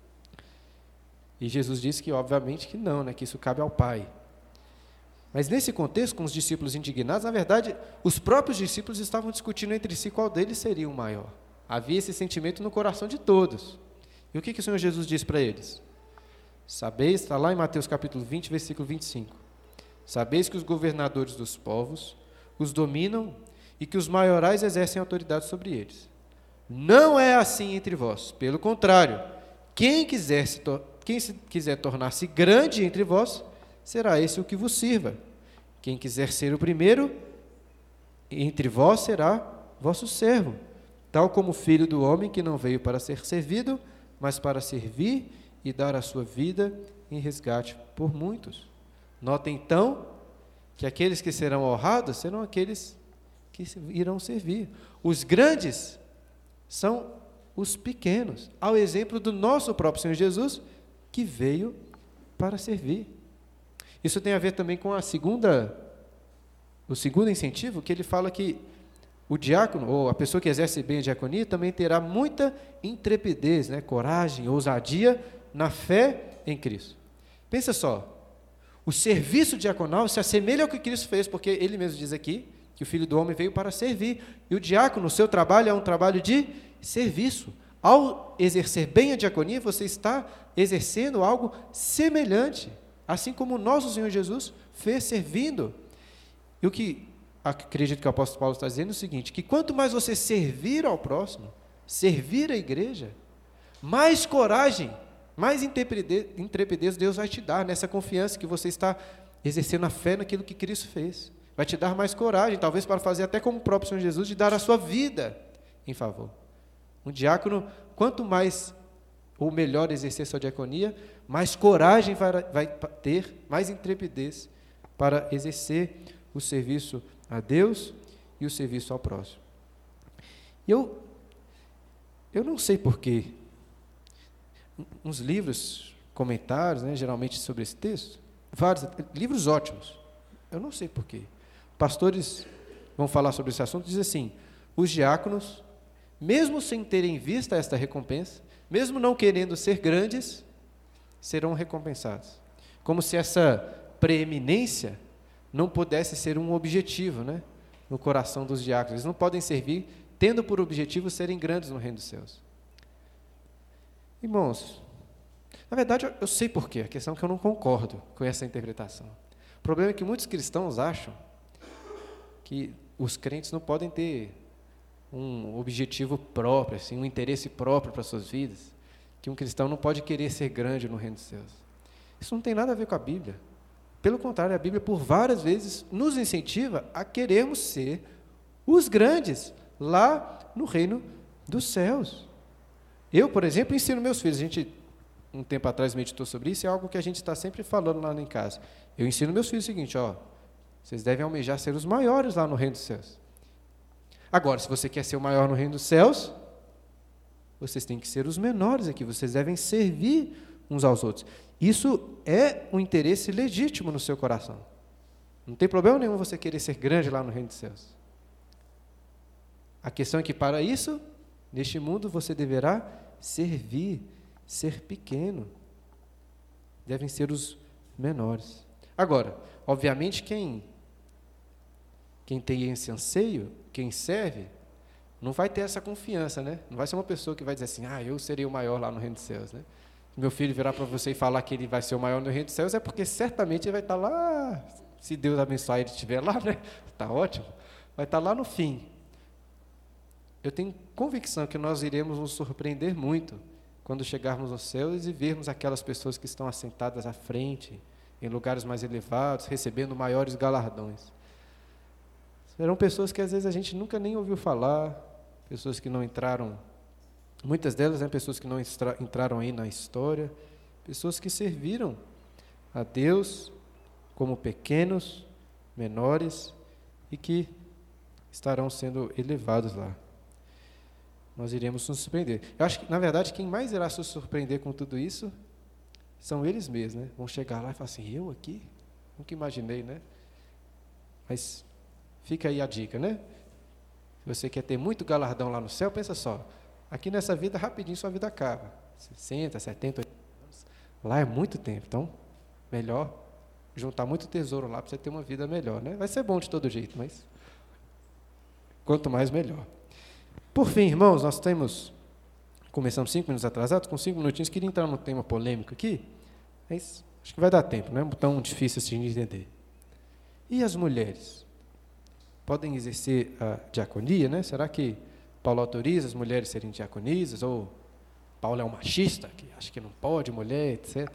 E Jesus disse que, obviamente, que não, né, que isso cabe ao Pai. Mas nesse contexto, com os discípulos indignados, na verdade, os próprios discípulos estavam discutindo entre si qual deles seria o maior. Havia esse sentimento no coração de todos. E o que o Senhor Jesus disse para eles? Sabeis, está lá em Mateus capítulo 20, versículo 25. Sabeis que os governadores dos povos os dominam e que os maiorais exercem autoridade sobre eles. Não é assim entre vós. Pelo contrário, quem quiser tornar-se grande entre vós, será esse o que vos sirva. Quem quiser ser o primeiro entre vós será vosso servo, tal como o Filho do Homem, que não veio para ser servido, mas para servir e dar a sua vida em resgate por muitos. Notem, então, que aqueles que serão honrados serão aqueles que irão servir. Os grandes são os pequenos, ao exemplo do nosso próprio Senhor Jesus, que veio para servir. Isso tem a ver também com o segundo incentivo, que ele fala que o diácono, ou a pessoa que exerce bem a diaconia, também terá muita intrepidez, né, coragem, ousadia na fé em Cristo. Pensa só, o serviço diaconal se assemelha ao que Cristo fez, porque ele mesmo diz aqui que o Filho do Homem veio para servir, e o diácono, o seu trabalho é um trabalho de serviço. Ao exercer bem a diaconia, você está exercendo algo semelhante, assim como o nosso Senhor Jesus fez servindo. E o que acredito que o apóstolo Paulo está dizendo é o seguinte, que quanto mais você servir ao próximo, servir a igreja, mais coragem, mais intrepidez Deus vai te dar nessa confiança que você está exercendo a fé naquilo que Cristo fez. Vai te dar mais coragem, talvez para fazer até como o próprio Senhor Jesus, de dar a sua vida em favor. Um diácono, quanto mais ou melhor exercer sua diaconia, mais coragem vai ter, mais intrepidez para exercer o serviço a Deus e o serviço ao próximo. Eu não sei porquê, uns livros, comentários, né, geralmente sobre esse texto, vários livros ótimos, eu não sei porquê. Pastores vão falar sobre esse assunto, diz assim, os diáconos, mesmo sem terem vista esta recompensa, mesmo não querendo ser grandes, serão recompensados. Como se essa preeminência não pudesse ser um objetivo, né, no coração dos diáconos. Eles não podem servir tendo por objetivo serem grandes no reino dos céus. Irmãos, na verdade eu sei porquê, a questão é que eu não concordo com essa interpretação. O problema é que muitos cristãos acham que os crentes não podem ter um objetivo próprio, assim, um interesse próprio para as suas vidas, que um cristão não pode querer ser grande no reino dos céus. Isso não tem nada a ver com a Bíblia. Pelo contrário, a Bíblia por várias vezes nos incentiva a querermos ser os grandes lá no reino dos céus. Eu, por exemplo, ensino meus filhos. A gente, um tempo atrás, meditou sobre isso, é algo que a gente está sempre falando lá em casa. Eu ensino meus filhos o seguinte, vocês devem almejar ser os maiores lá no reino dos céus. Agora, se você quer ser o maior no reino dos céus, vocês têm que ser os menores aqui, vocês devem servir uns aos outros. Isso é um interesse legítimo no seu coração. Não tem problema nenhum você querer ser grande lá no reino dos céus. A questão é que, para isso, neste mundo, você deverá servir, ser pequeno. Devem ser os menores. Agora, obviamente, quem tem esse anseio, quem serve, não vai ter essa confiança, né? Não vai ser uma pessoa que vai dizer assim, eu serei o maior lá no reino dos céus, né? Se meu filho virar para você e falar que ele vai ser o maior no reino dos céus, é porque certamente ele vai estar lá, se Deus abençoar ele estiver lá, né? Está ótimo. Vai estar lá no fim. Eu tenho convicção que nós iremos nos surpreender muito quando chegarmos aos céus e vermos aquelas pessoas que estão assentadas à frente, em lugares mais elevados, recebendo maiores galardões. Serão pessoas que às vezes a gente nunca nem ouviu falar, pessoas que não entraram, muitas delas, pessoas que não entraram aí na história, pessoas que serviram a Deus como pequenos, menores, e que estarão sendo elevados lá. Nós iremos nos surpreender. Eu acho que, na verdade, quem mais irá se surpreender com tudo isso são eles mesmos, né? Vão chegar lá e falar assim, eu aqui? Nunca imaginei, né? Mas fica aí a dica, né? Se você quer ter muito galardão lá no céu, pensa só, aqui nessa vida, rapidinho sua vida acaba. 60, 70, 80 anos. Lá é muito tempo, então, melhor juntar muito tesouro lá para você ter uma vida melhor, né? Vai ser bom de todo jeito, mas quanto mais, melhor. Por fim, irmãos, começamos 5 minutos atrasados, com 5 minutinhos, queria entrar num tema polêmico aqui, mas acho que vai dar tempo, não é tão difícil assim de entender. E as mulheres? Podem exercer a diaconia, né? Será que Paulo autoriza as mulheres serem diaconisas? Ou Paulo é um machista, que acha que não pode, mulher, etc.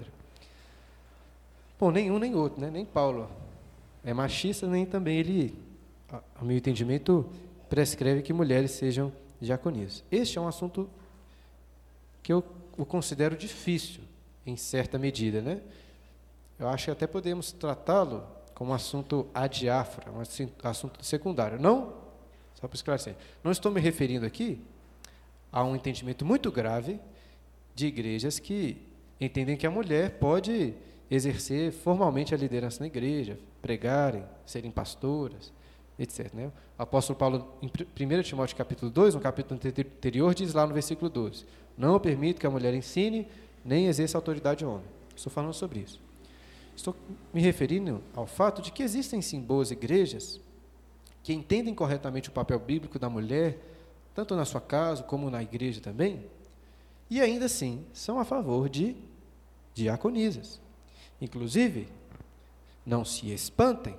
Bom, nenhum nem outro, né? Nem Paulo é machista, nem também ele, ao meu entendimento, prescreve que mulheres sejam diaconisas. Este é um assunto que eu o considero difícil, em certa medida, né? Eu acho que até podemos tratá-lo como um assunto adiáfora, um assunto secundário. Não, só para esclarecer, não estou me referindo aqui a um entendimento muito grave de igrejas que entendem que a mulher pode exercer formalmente a liderança na igreja, pregarem, serem pastoras, etc. Né? O apóstolo Paulo, em 1 Timóteo capítulo 2, no capítulo anterior, diz lá no versículo 12, não permito que a mulher ensine, nem exerça autoridade ao homem. Estou falando sobre isso. Estou me referindo ao fato de que existem, sim, boas igrejas que entendem corretamente o papel bíblico da mulher, tanto na sua casa como na igreja também, e ainda assim são a favor de diaconisas. Inclusive, não se espantem,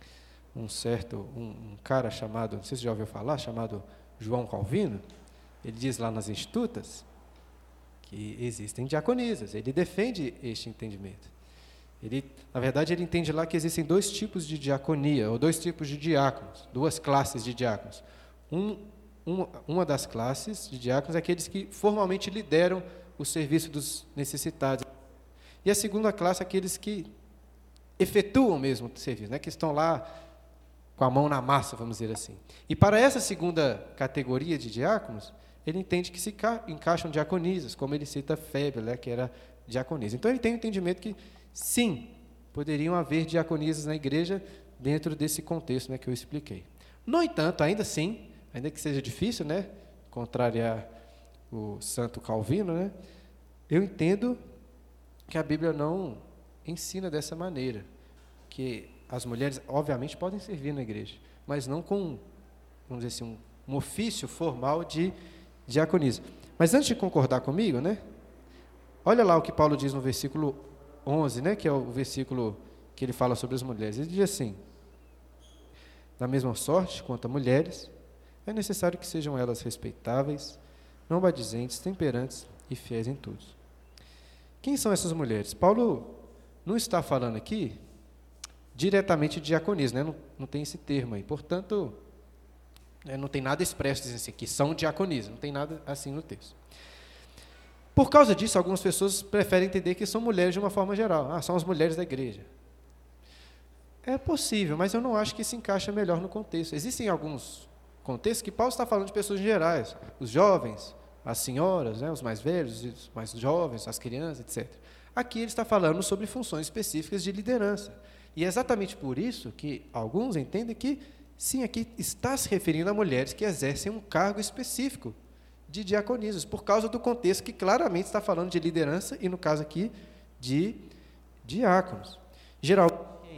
um cara chamado, não sei se já ouviu falar, chamado João Calvino, ele diz lá nas Institutas que existem diaconisas, ele defende este entendimento. Na verdade, ele entende lá que existem 2 tipos de diaconia, ou 2 tipos de diáconos, 2 classes de diáconos. Uma das classes de diáconos é aqueles que formalmente lideram o serviço dos necessitados. E a segunda classe é aqueles que efetuam mesmo o serviço, né, que estão lá com a mão na massa, vamos dizer assim. E para essa segunda categoria de diáconos, ele entende que se encaixam diaconisas, como ele cita Febre, né, que era diaconisa. Então, ele tem o entendimento que, sim, poderiam haver diaconisas na igreja dentro desse contexto, né, que eu expliquei. No entanto, ainda assim, ainda que seja difícil, né, contrariar o santo Calvino, né, eu entendo que a Bíblia não ensina dessa maneira, que as mulheres, obviamente, podem servir na igreja, mas não com, vamos dizer assim, um ofício formal de diaconisa. Mas antes de concordar comigo, né, olha lá o que Paulo diz no versículo 11, né, que é o versículo que ele fala sobre as mulheres. Ele diz assim, da mesma sorte quanto a mulheres, é necessário que sejam elas respeitáveis, não maldizentes, temperantes e fiéis em tudo. Quem são essas mulheres? Paulo não está falando aqui diretamente de diaconisa, né? Não tem esse termo aí. Portanto, não tem nada expresso dizendo assim, que são diaconisas, não tem nada assim no texto. Por causa disso, algumas pessoas preferem entender que são mulheres de uma forma geral. São as mulheres da igreja. É possível, mas eu não acho que se encaixa melhor no contexto. Existem alguns contextos que Paulo está falando de pessoas gerais, os jovens, as senhoras, os mais velhos, os mais jovens, as crianças, etc. Aqui ele está falando sobre funções específicas de liderança. E é exatamente por isso que alguns entendem que, sim, aqui está se referindo a mulheres que exercem um cargo específico de diaconisas, por causa do contexto que claramente está falando de liderança e, no caso aqui, de diáconos. Geralmente,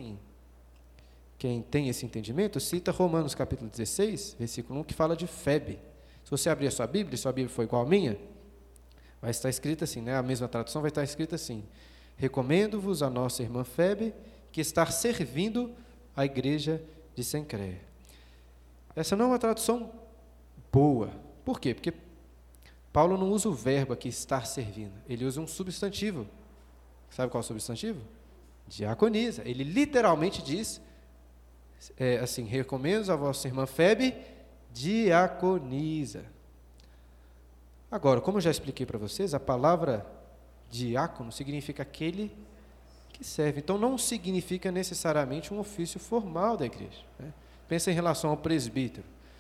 quem tem esse entendimento, cita Romanos capítulo 16, versículo 1, que fala de Febe. Se você abrir a sua Bíblia for igual à minha, vai estar escrito assim, a mesma tradução vai estar escrita assim: recomendo-vos a nossa irmã Febe, que está servindo a igreja de Cencreia. Essa não é uma tradução boa. Por quê? Porque Paulo não usa o verbo aqui, estar servindo. Ele usa um substantivo. Sabe qual é o substantivo? Diaconisa. Ele literalmente diz, assim, recomendo a vossa irmã Febe, diaconisa. Agora, como eu já expliquei para vocês, a palavra diácono significa aquele que serve. Então, não significa necessariamente um ofício formal da igreja. Pensa em relação ao presbítero.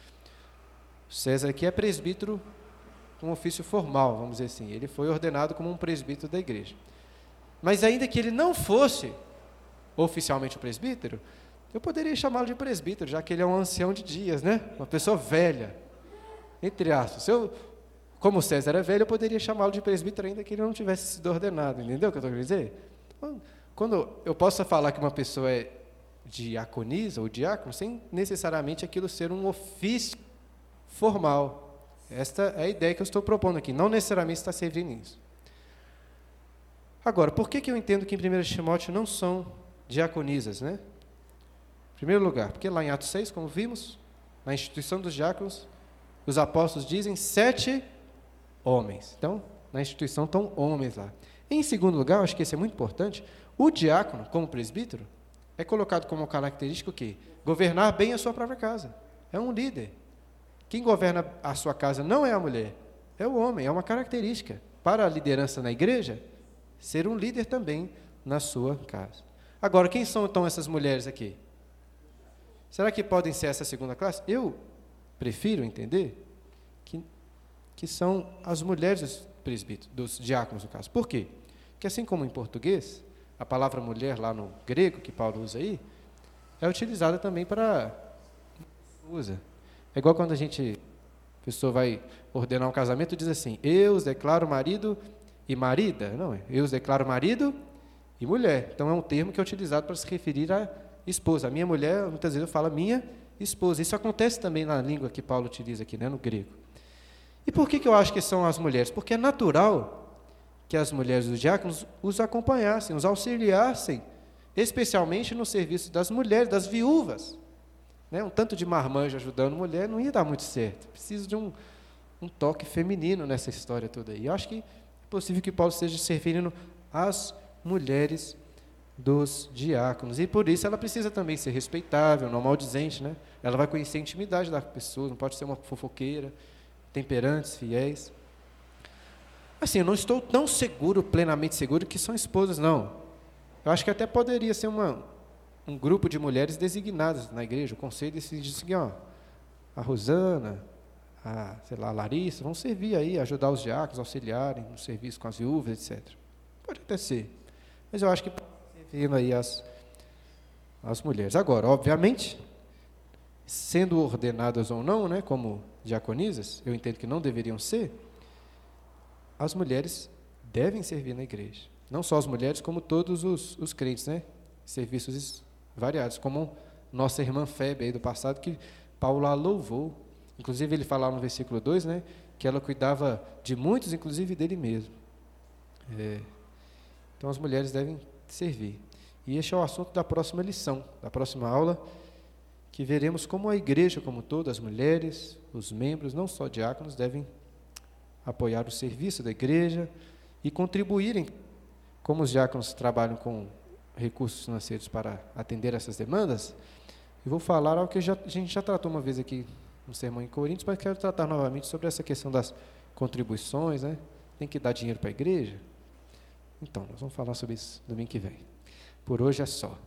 César aqui é presbítero com ofício formal, vamos dizer assim. Ele foi ordenado como um presbítero da igreja. Mas ainda que ele não fosse oficialmente um presbítero, eu poderia chamá-lo de presbítero, já que ele é um ancião de dias, uma pessoa velha, entre aspas. Como César é velho, eu poderia chamá-lo de presbítero ainda que ele não tivesse sido ordenado, entendeu o que eu estou querendo dizer? Quando eu posso falar que uma pessoa é diaconisa ou diácono, sem necessariamente aquilo ser um ofício formal. Esta é a ideia que eu estou propondo aqui, não necessariamente está servindo nisso. Agora, por que eu entendo que em 1 Timóteo não são diaconisas, Em primeiro lugar, porque lá em Atos 6, como vimos, na instituição dos diáconos, os apóstolos dizem 7 homens. Então, na instituição estão homens lá. Em segundo lugar, acho que esse é muito importante, o diácono, como presbítero, é colocado como característica o quê? Governar bem a sua própria casa. É um líder. Quem governa a sua casa não é a mulher, é o homem, é uma característica. Para a liderança na igreja, ser um líder também na sua casa. Agora, quem são então essas mulheres aqui? Será que podem ser essa segunda classe? Eu prefiro entender que são as mulheres dos presbíteros, dos diáconos, no caso. Por quê? Porque assim como em português, a palavra mulher lá no grego, que Paulo usa aí, é utilizada também para... É igual quando a pessoa vai ordenar um casamento e diz assim, eu os declaro marido e marida. Não, eu os declaro marido e mulher. Então, é um termo que é utilizado para se referir à esposa. A minha mulher, muitas vezes eu falo minha esposa. Isso acontece também na língua que Paulo utiliza aqui, no grego. E por que eu acho que são as mulheres? Porque é natural que as mulheres dos diáconos os acompanhassem, os auxiliassem, especialmente no serviço das mulheres, das viúvas. Um tanto de marmanjo ajudando mulher não ia dar muito certo. Precisa de um toque feminino nessa história toda aí. Eu acho que é possível que Paulo esteja se referindo às mulheres dos diáconos. E por isso ela precisa também ser respeitável, não maldizente. Ela vai conhecer a intimidade da pessoa, não pode ser uma fofoqueira, temperantes, fiéis. Assim, eu não estou tão seguro, plenamente seguro, que são esposas, não. Eu acho que até poderia ser um grupo de mulheres designadas na igreja. O conselho decide assim, a Rosana, a Larissa, vão servir aí, ajudar os diáconos, auxiliarem no serviço com as viúvas, etc. Pode até ser. Mas eu acho que pode servindo aí as mulheres. Agora, obviamente, sendo ordenadas ou não, como diaconisas, eu entendo que não deveriam ser, as mulheres devem servir na igreja. Não só as mulheres, como todos os crentes, serviços variados, como nossa irmã Febe aí do passado, que Paulo a louvou. Inclusive, ele fala no versículo 2, que ela cuidava de muitos, inclusive dele mesmo. Então, as mulheres devem servir. E este é o assunto da próxima lição, da próxima aula, que veremos como a igreja como toda, as mulheres, os membros, não só diáconos, devem apoiar o serviço da igreja e contribuírem, como os diáconos trabalham com recursos financeiros para atender essas demandas. Eu vou falar algo que a gente já tratou uma vez aqui no sermão em Coríntios, mas quero tratar novamente sobre essa questão das contribuições, Tem que dar dinheiro para a igreja? Então, nós vamos falar sobre isso domingo que vem. Por hoje é só.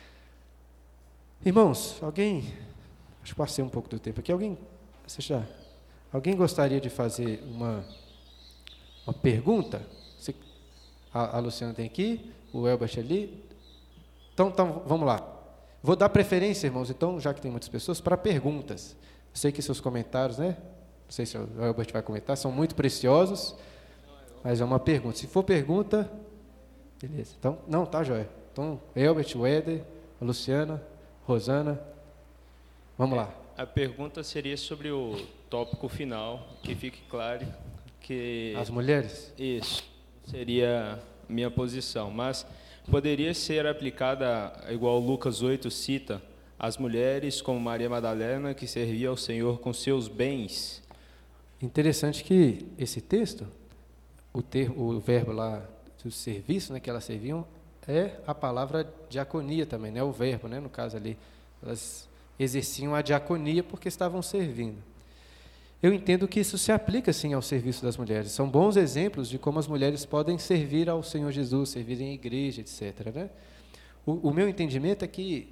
Irmãos, acho que passei um pouco do tempo aqui, alguém gostaria de fazer uma pergunta? A Luciana tem aqui, o Elbert ali. Então, vamos lá. Vou dar preferência, irmãos, então, já que tem muitas pessoas, para perguntas. Eu sei que seus comentários, né? Não sei se o Elbert vai comentar, são muito preciosos, mas é uma pergunta. Se for pergunta, beleza. Então, não, tá, joia. Então, Elbert, o Éder, a Luciana, Rosana, vamos lá. A pergunta seria sobre o tópico final, que fique claro que... As mulheres? Isso, seria a minha posição, mas poderia ser aplicada, igual Lucas 8 cita, as mulheres como Maria Madalena, que servia ao Senhor com seus bens. Interessante que esse texto, o verbo lá do serviço, né, que elas serviam, é a palavra diaconia também, né, o verbo, né, no caso ali. Elas exerciam a diaconia porque estavam servindo. Eu entendo que isso se aplica, sim, ao serviço das mulheres. São bons exemplos de como as mulheres podem servir ao Senhor Jesus, servir em igreja, etc., né? O meu entendimento é que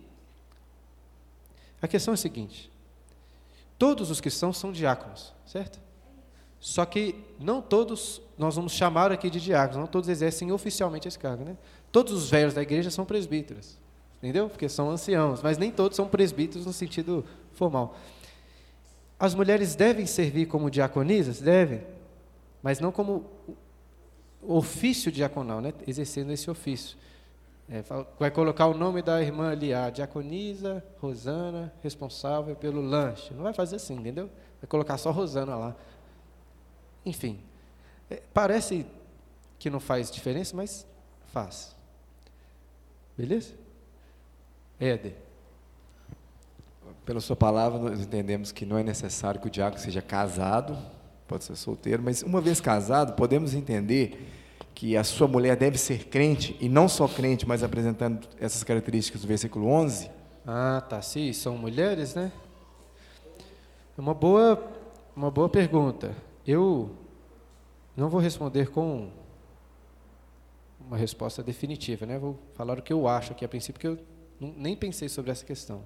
a questão é a seguinte: todos os cristãos são diáconos, certo? Só que não todos, nós vamos chamar aqui de diáconos, não todos exercem oficialmente esse cargo, né? Todos os velhos da igreja são presbíteros, entendeu? Porque são anciãos, mas nem todos são presbíteros no sentido formal. As mulheres devem servir como diaconisas? Devem, mas não como ofício diaconal, né? Exercendo esse ofício. Vai colocar o nome da irmã ali, a diaconisa Rosana, responsável pelo lanche. Não vai fazer assim, entendeu? Vai colocar só Rosana lá. Enfim, parece que não faz diferença, mas faz. Beleza? Éder. Pela sua palavra, nós entendemos que não é necessário que o diácono seja casado, pode ser solteiro, mas uma vez casado, podemos entender que a sua mulher deve ser crente, e não só crente, mas apresentando essas características do versículo 11? Ah, tá, sim, são mulheres, né? É uma boa pergunta. Eu não vou responder com uma resposta definitiva, né? Vou falar o que eu acho aqui a princípio, porque eu nem pensei sobre essa questão.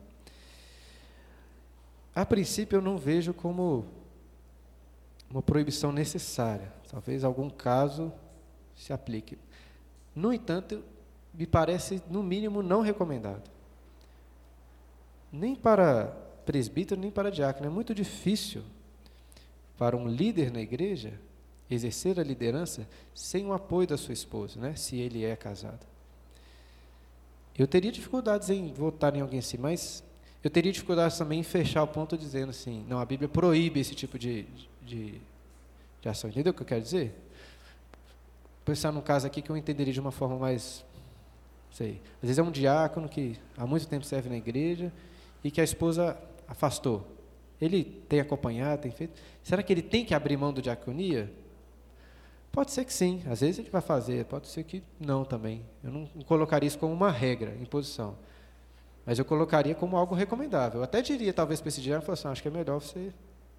A princípio, eu não vejo como uma proibição necessária. Talvez algum caso se aplique. No entanto, me parece, no mínimo, não recomendado. Nem para presbítero, nem para diácono. É muito difícil para um líder na igreja exercer a liderança sem o apoio da sua esposa, né? Se ele é casado. Eu teria dificuldades em votar em alguém assim, mas eu teria dificuldades também em fechar o ponto dizendo assim, não, a Bíblia proíbe esse tipo de ação. Entendeu o que eu quero dizer? Vou pensar num caso aqui que eu entenderia de uma forma mais, não sei, às vezes é um diácono que há muito tempo serve na igreja e que a esposa afastou. Ele tem acompanhado, tem feito. Será que ele tem que abrir mão do diaconia? Pode ser que sim, às vezes ele vai fazer, pode ser que não também. Eu não colocaria isso como uma regra, imposição. Mas eu colocaria como algo recomendável. Eu até diria, talvez, para esse diácono, assim, acho que é melhor você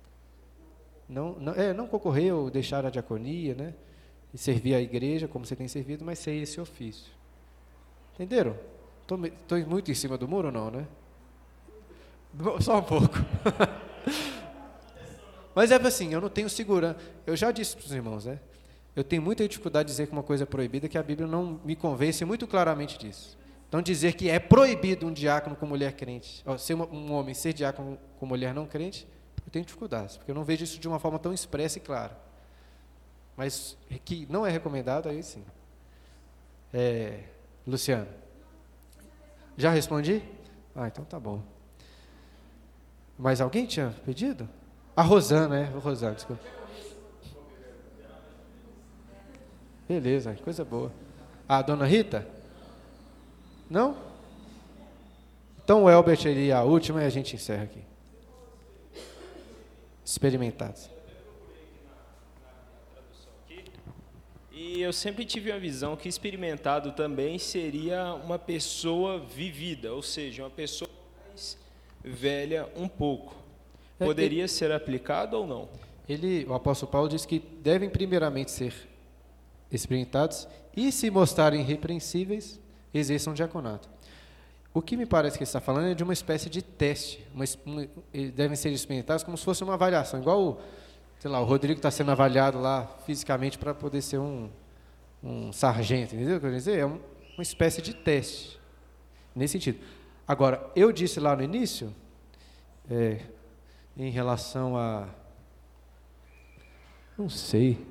não concorrer ou deixar a diaconia, né? E servir a igreja como você tem servido, mas ser esse ofício. Entenderam? Estou muito em cima do muro ou não, né? Só um pouco. Mas é assim, eu não tenho segurança. Eu já disse para os irmãos, né? Eu tenho muita dificuldade de dizer que uma coisa é proibida, que a Bíblia não me convence muito claramente disso. Então, dizer que é proibido um diácono com mulher crente, ser um homem ser diácono com mulher não crente, eu tenho dificuldades, porque eu não vejo isso de uma forma tão expressa e clara. Mas que não é recomendado, aí sim. Luciano. Já respondi? Ah, então tá bom. Mais alguém tinha pedido? A Rosana, Rosana, desculpa. Beleza, coisa boa. A dona Rita? Não? Então o Elbert iria a última e a gente encerra aqui. Experimentados. E eu sempre tive a visão que experimentado também seria uma pessoa vivida, ou seja, uma pessoa mais velha um pouco. Poderia ser aplicado ou não? O apóstolo Paulo diz que devem primeiramente ser experimentados, e se mostrarem irrepreensíveis, exerçam diaconato. O que me parece que ele está falando é de uma espécie de teste. Eles devem ser experimentados como se fosse uma avaliação, igual o Rodrigo está sendo avaliado lá fisicamente para poder ser um sargento, entendeu o que eu quero dizer? É uma espécie de teste, nesse sentido. Agora, eu disse lá no início, em relação a... Não sei.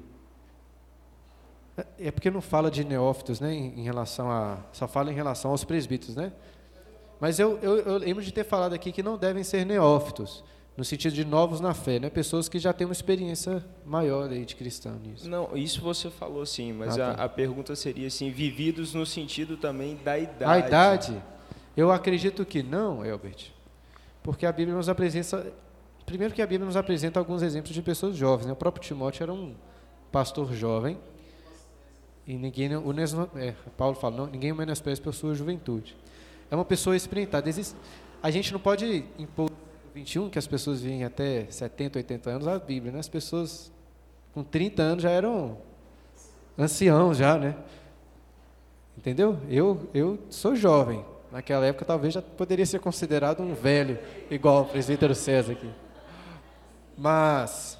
É porque não fala de neófitos, né? Em relação a... Só fala em relação aos presbíteros, né? Mas eu lembro de ter falado aqui que não devem ser neófitos, no sentido de novos na fé, né? Pessoas que já têm uma experiência maior aí de cristão nisso. Não, isso você falou sim, mas a pergunta seria assim, vividos no sentido também da idade. A idade? Eu acredito que não, Elbert, porque a Bíblia nos apresenta... Primeiro que a Bíblia nos apresenta alguns exemplos de pessoas jovens, né? O próprio Timóteo era um pastor jovem, e Paulo fala, não, ninguém menospreza por sua juventude. É uma pessoa experimentada. A gente não pode impor no 21 que as pessoas vivem até 70, 80 anos a Bíblia, né? As pessoas com 30 anos já eram anciãos já, né? Entendeu? Eu sou jovem. Naquela época talvez já poderia ser considerado um velho, igual o presbítero César aqui. Mas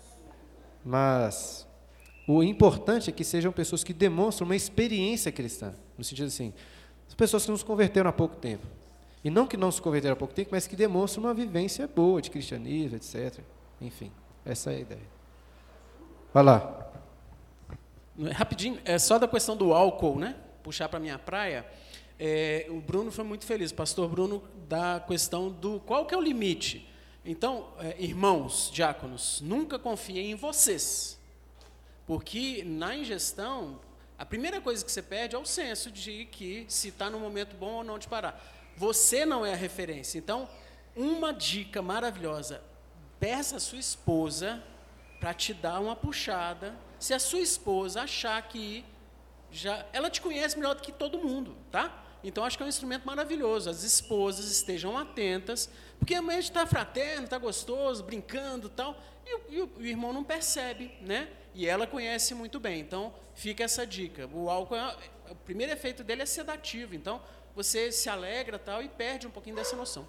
o importante é que sejam pessoas que demonstram uma experiência cristã, no sentido assim, as pessoas que não se converteram há pouco tempo. E não que não se converteram há pouco tempo, mas que demonstram uma vivência boa de cristianismo, etc. Enfim, essa é a ideia. Vai lá. Rapidinho, é só da questão do álcool, né? Puxar para a minha praia. O Bruno foi muito feliz, o pastor Bruno, da questão do qual que é o limite. Então, irmãos, diáconos, nunca confiem em vocês. Porque na ingestão... A primeira coisa que você perde é o senso de que se está no momento bom ou não de parar. Você não é a referência. Então, uma dica maravilhosa, peça a sua esposa para te dar uma puxada. Se a sua esposa achar que ela te conhece melhor do que todo mundo, tá? Então, acho que é um instrumento maravilhoso. As esposas estejam atentas, porque a gente está fraterno, está gostoso, brincando e tal, e o irmão não percebe, né? E ela conhece muito bem. Então, fica essa dica. O álcool, o primeiro efeito dele é sedativo. Então, você se alegra tal, e perde um pouquinho dessa noção.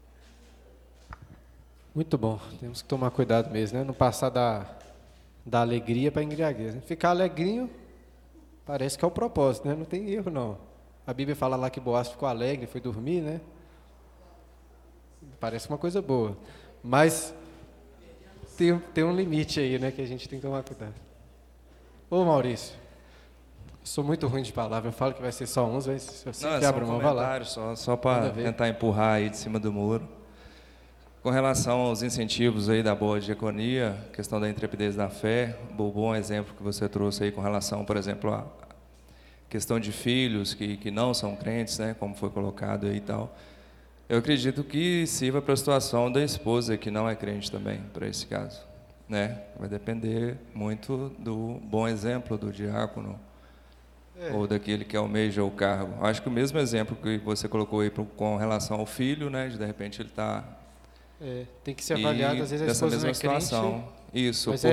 Muito bom. Temos que tomar cuidado mesmo, né? Não passar da alegria para a embriaguez. Né? Ficar alegrinho parece que é o propósito, né? Não tem erro, não. A Bíblia fala lá que Boaz ficou alegre, foi dormir, né? Parece uma coisa boa. Mas tem um limite aí, né? Que a gente tem que tomar cuidado. Ô, Maurício, eu sou muito ruim de palavra. Eu falo que vai ser só uns, mas se você não, quebra uma, vai lá. Só para tentar empurrar aí de cima do muro. Com relação aos incentivos aí da boa diaconia, questão da intrepidez da fé, o bom exemplo que você trouxe aí com relação, por exemplo, à questão de filhos que não são crentes, né, como foi colocado aí e tal. Eu acredito que sirva para a situação da esposa que não é crente também, para esse caso, né? Vai depender muito do bom exemplo do diácono ou daquele que almeja o cargo. Acho que o mesmo exemplo que você colocou aí com relação ao filho, né? De repente ele está... tem que ser avaliado, às vezes a esposa não é situação. crente, isso, mas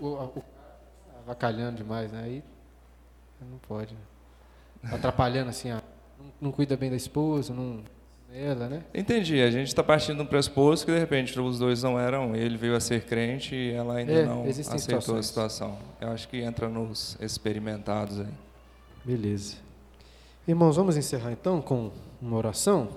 avacalhando demais, né? Aí não pode. Atrapalhando assim, não cuida bem da esposa, ela, né? Entendi, a gente está partindo de um pressuposto que de repente os dois não eram, ele veio a ser crente e ela ainda não aceitou a situação. Eu acho que entra nos experimentados aí. Beleza. Irmãos, vamos encerrar então com uma oração?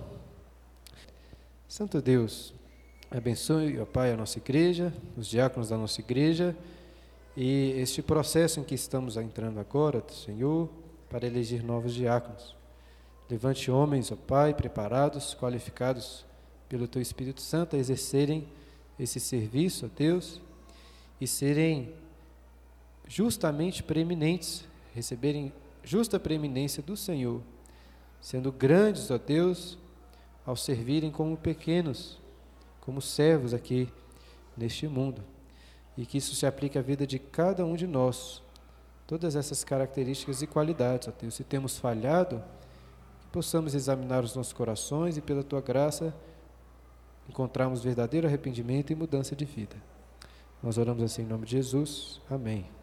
Santo Deus, abençoe, ó Pai, a nossa igreja, os diáconos da nossa igreja e este processo em que estamos entrando agora, Senhor, para eleger novos diáconos. Levante homens, ó Pai, preparados, qualificados pelo Teu Espírito Santo a exercerem esse serviço, ó Deus, e serem justamente preeminentes, receberem justa preeminência do Senhor, sendo grandes, ó Deus, ao servirem como pequenos, como servos aqui neste mundo. E que isso se aplique à vida de cada um de nós, todas essas características e qualidades, ó Deus. Se temos falhado, possamos examinar os nossos corações e, pela Tua graça, encontrarmos verdadeiro arrependimento e mudança de vida. Nós oramos assim em nome de Jesus. Amém.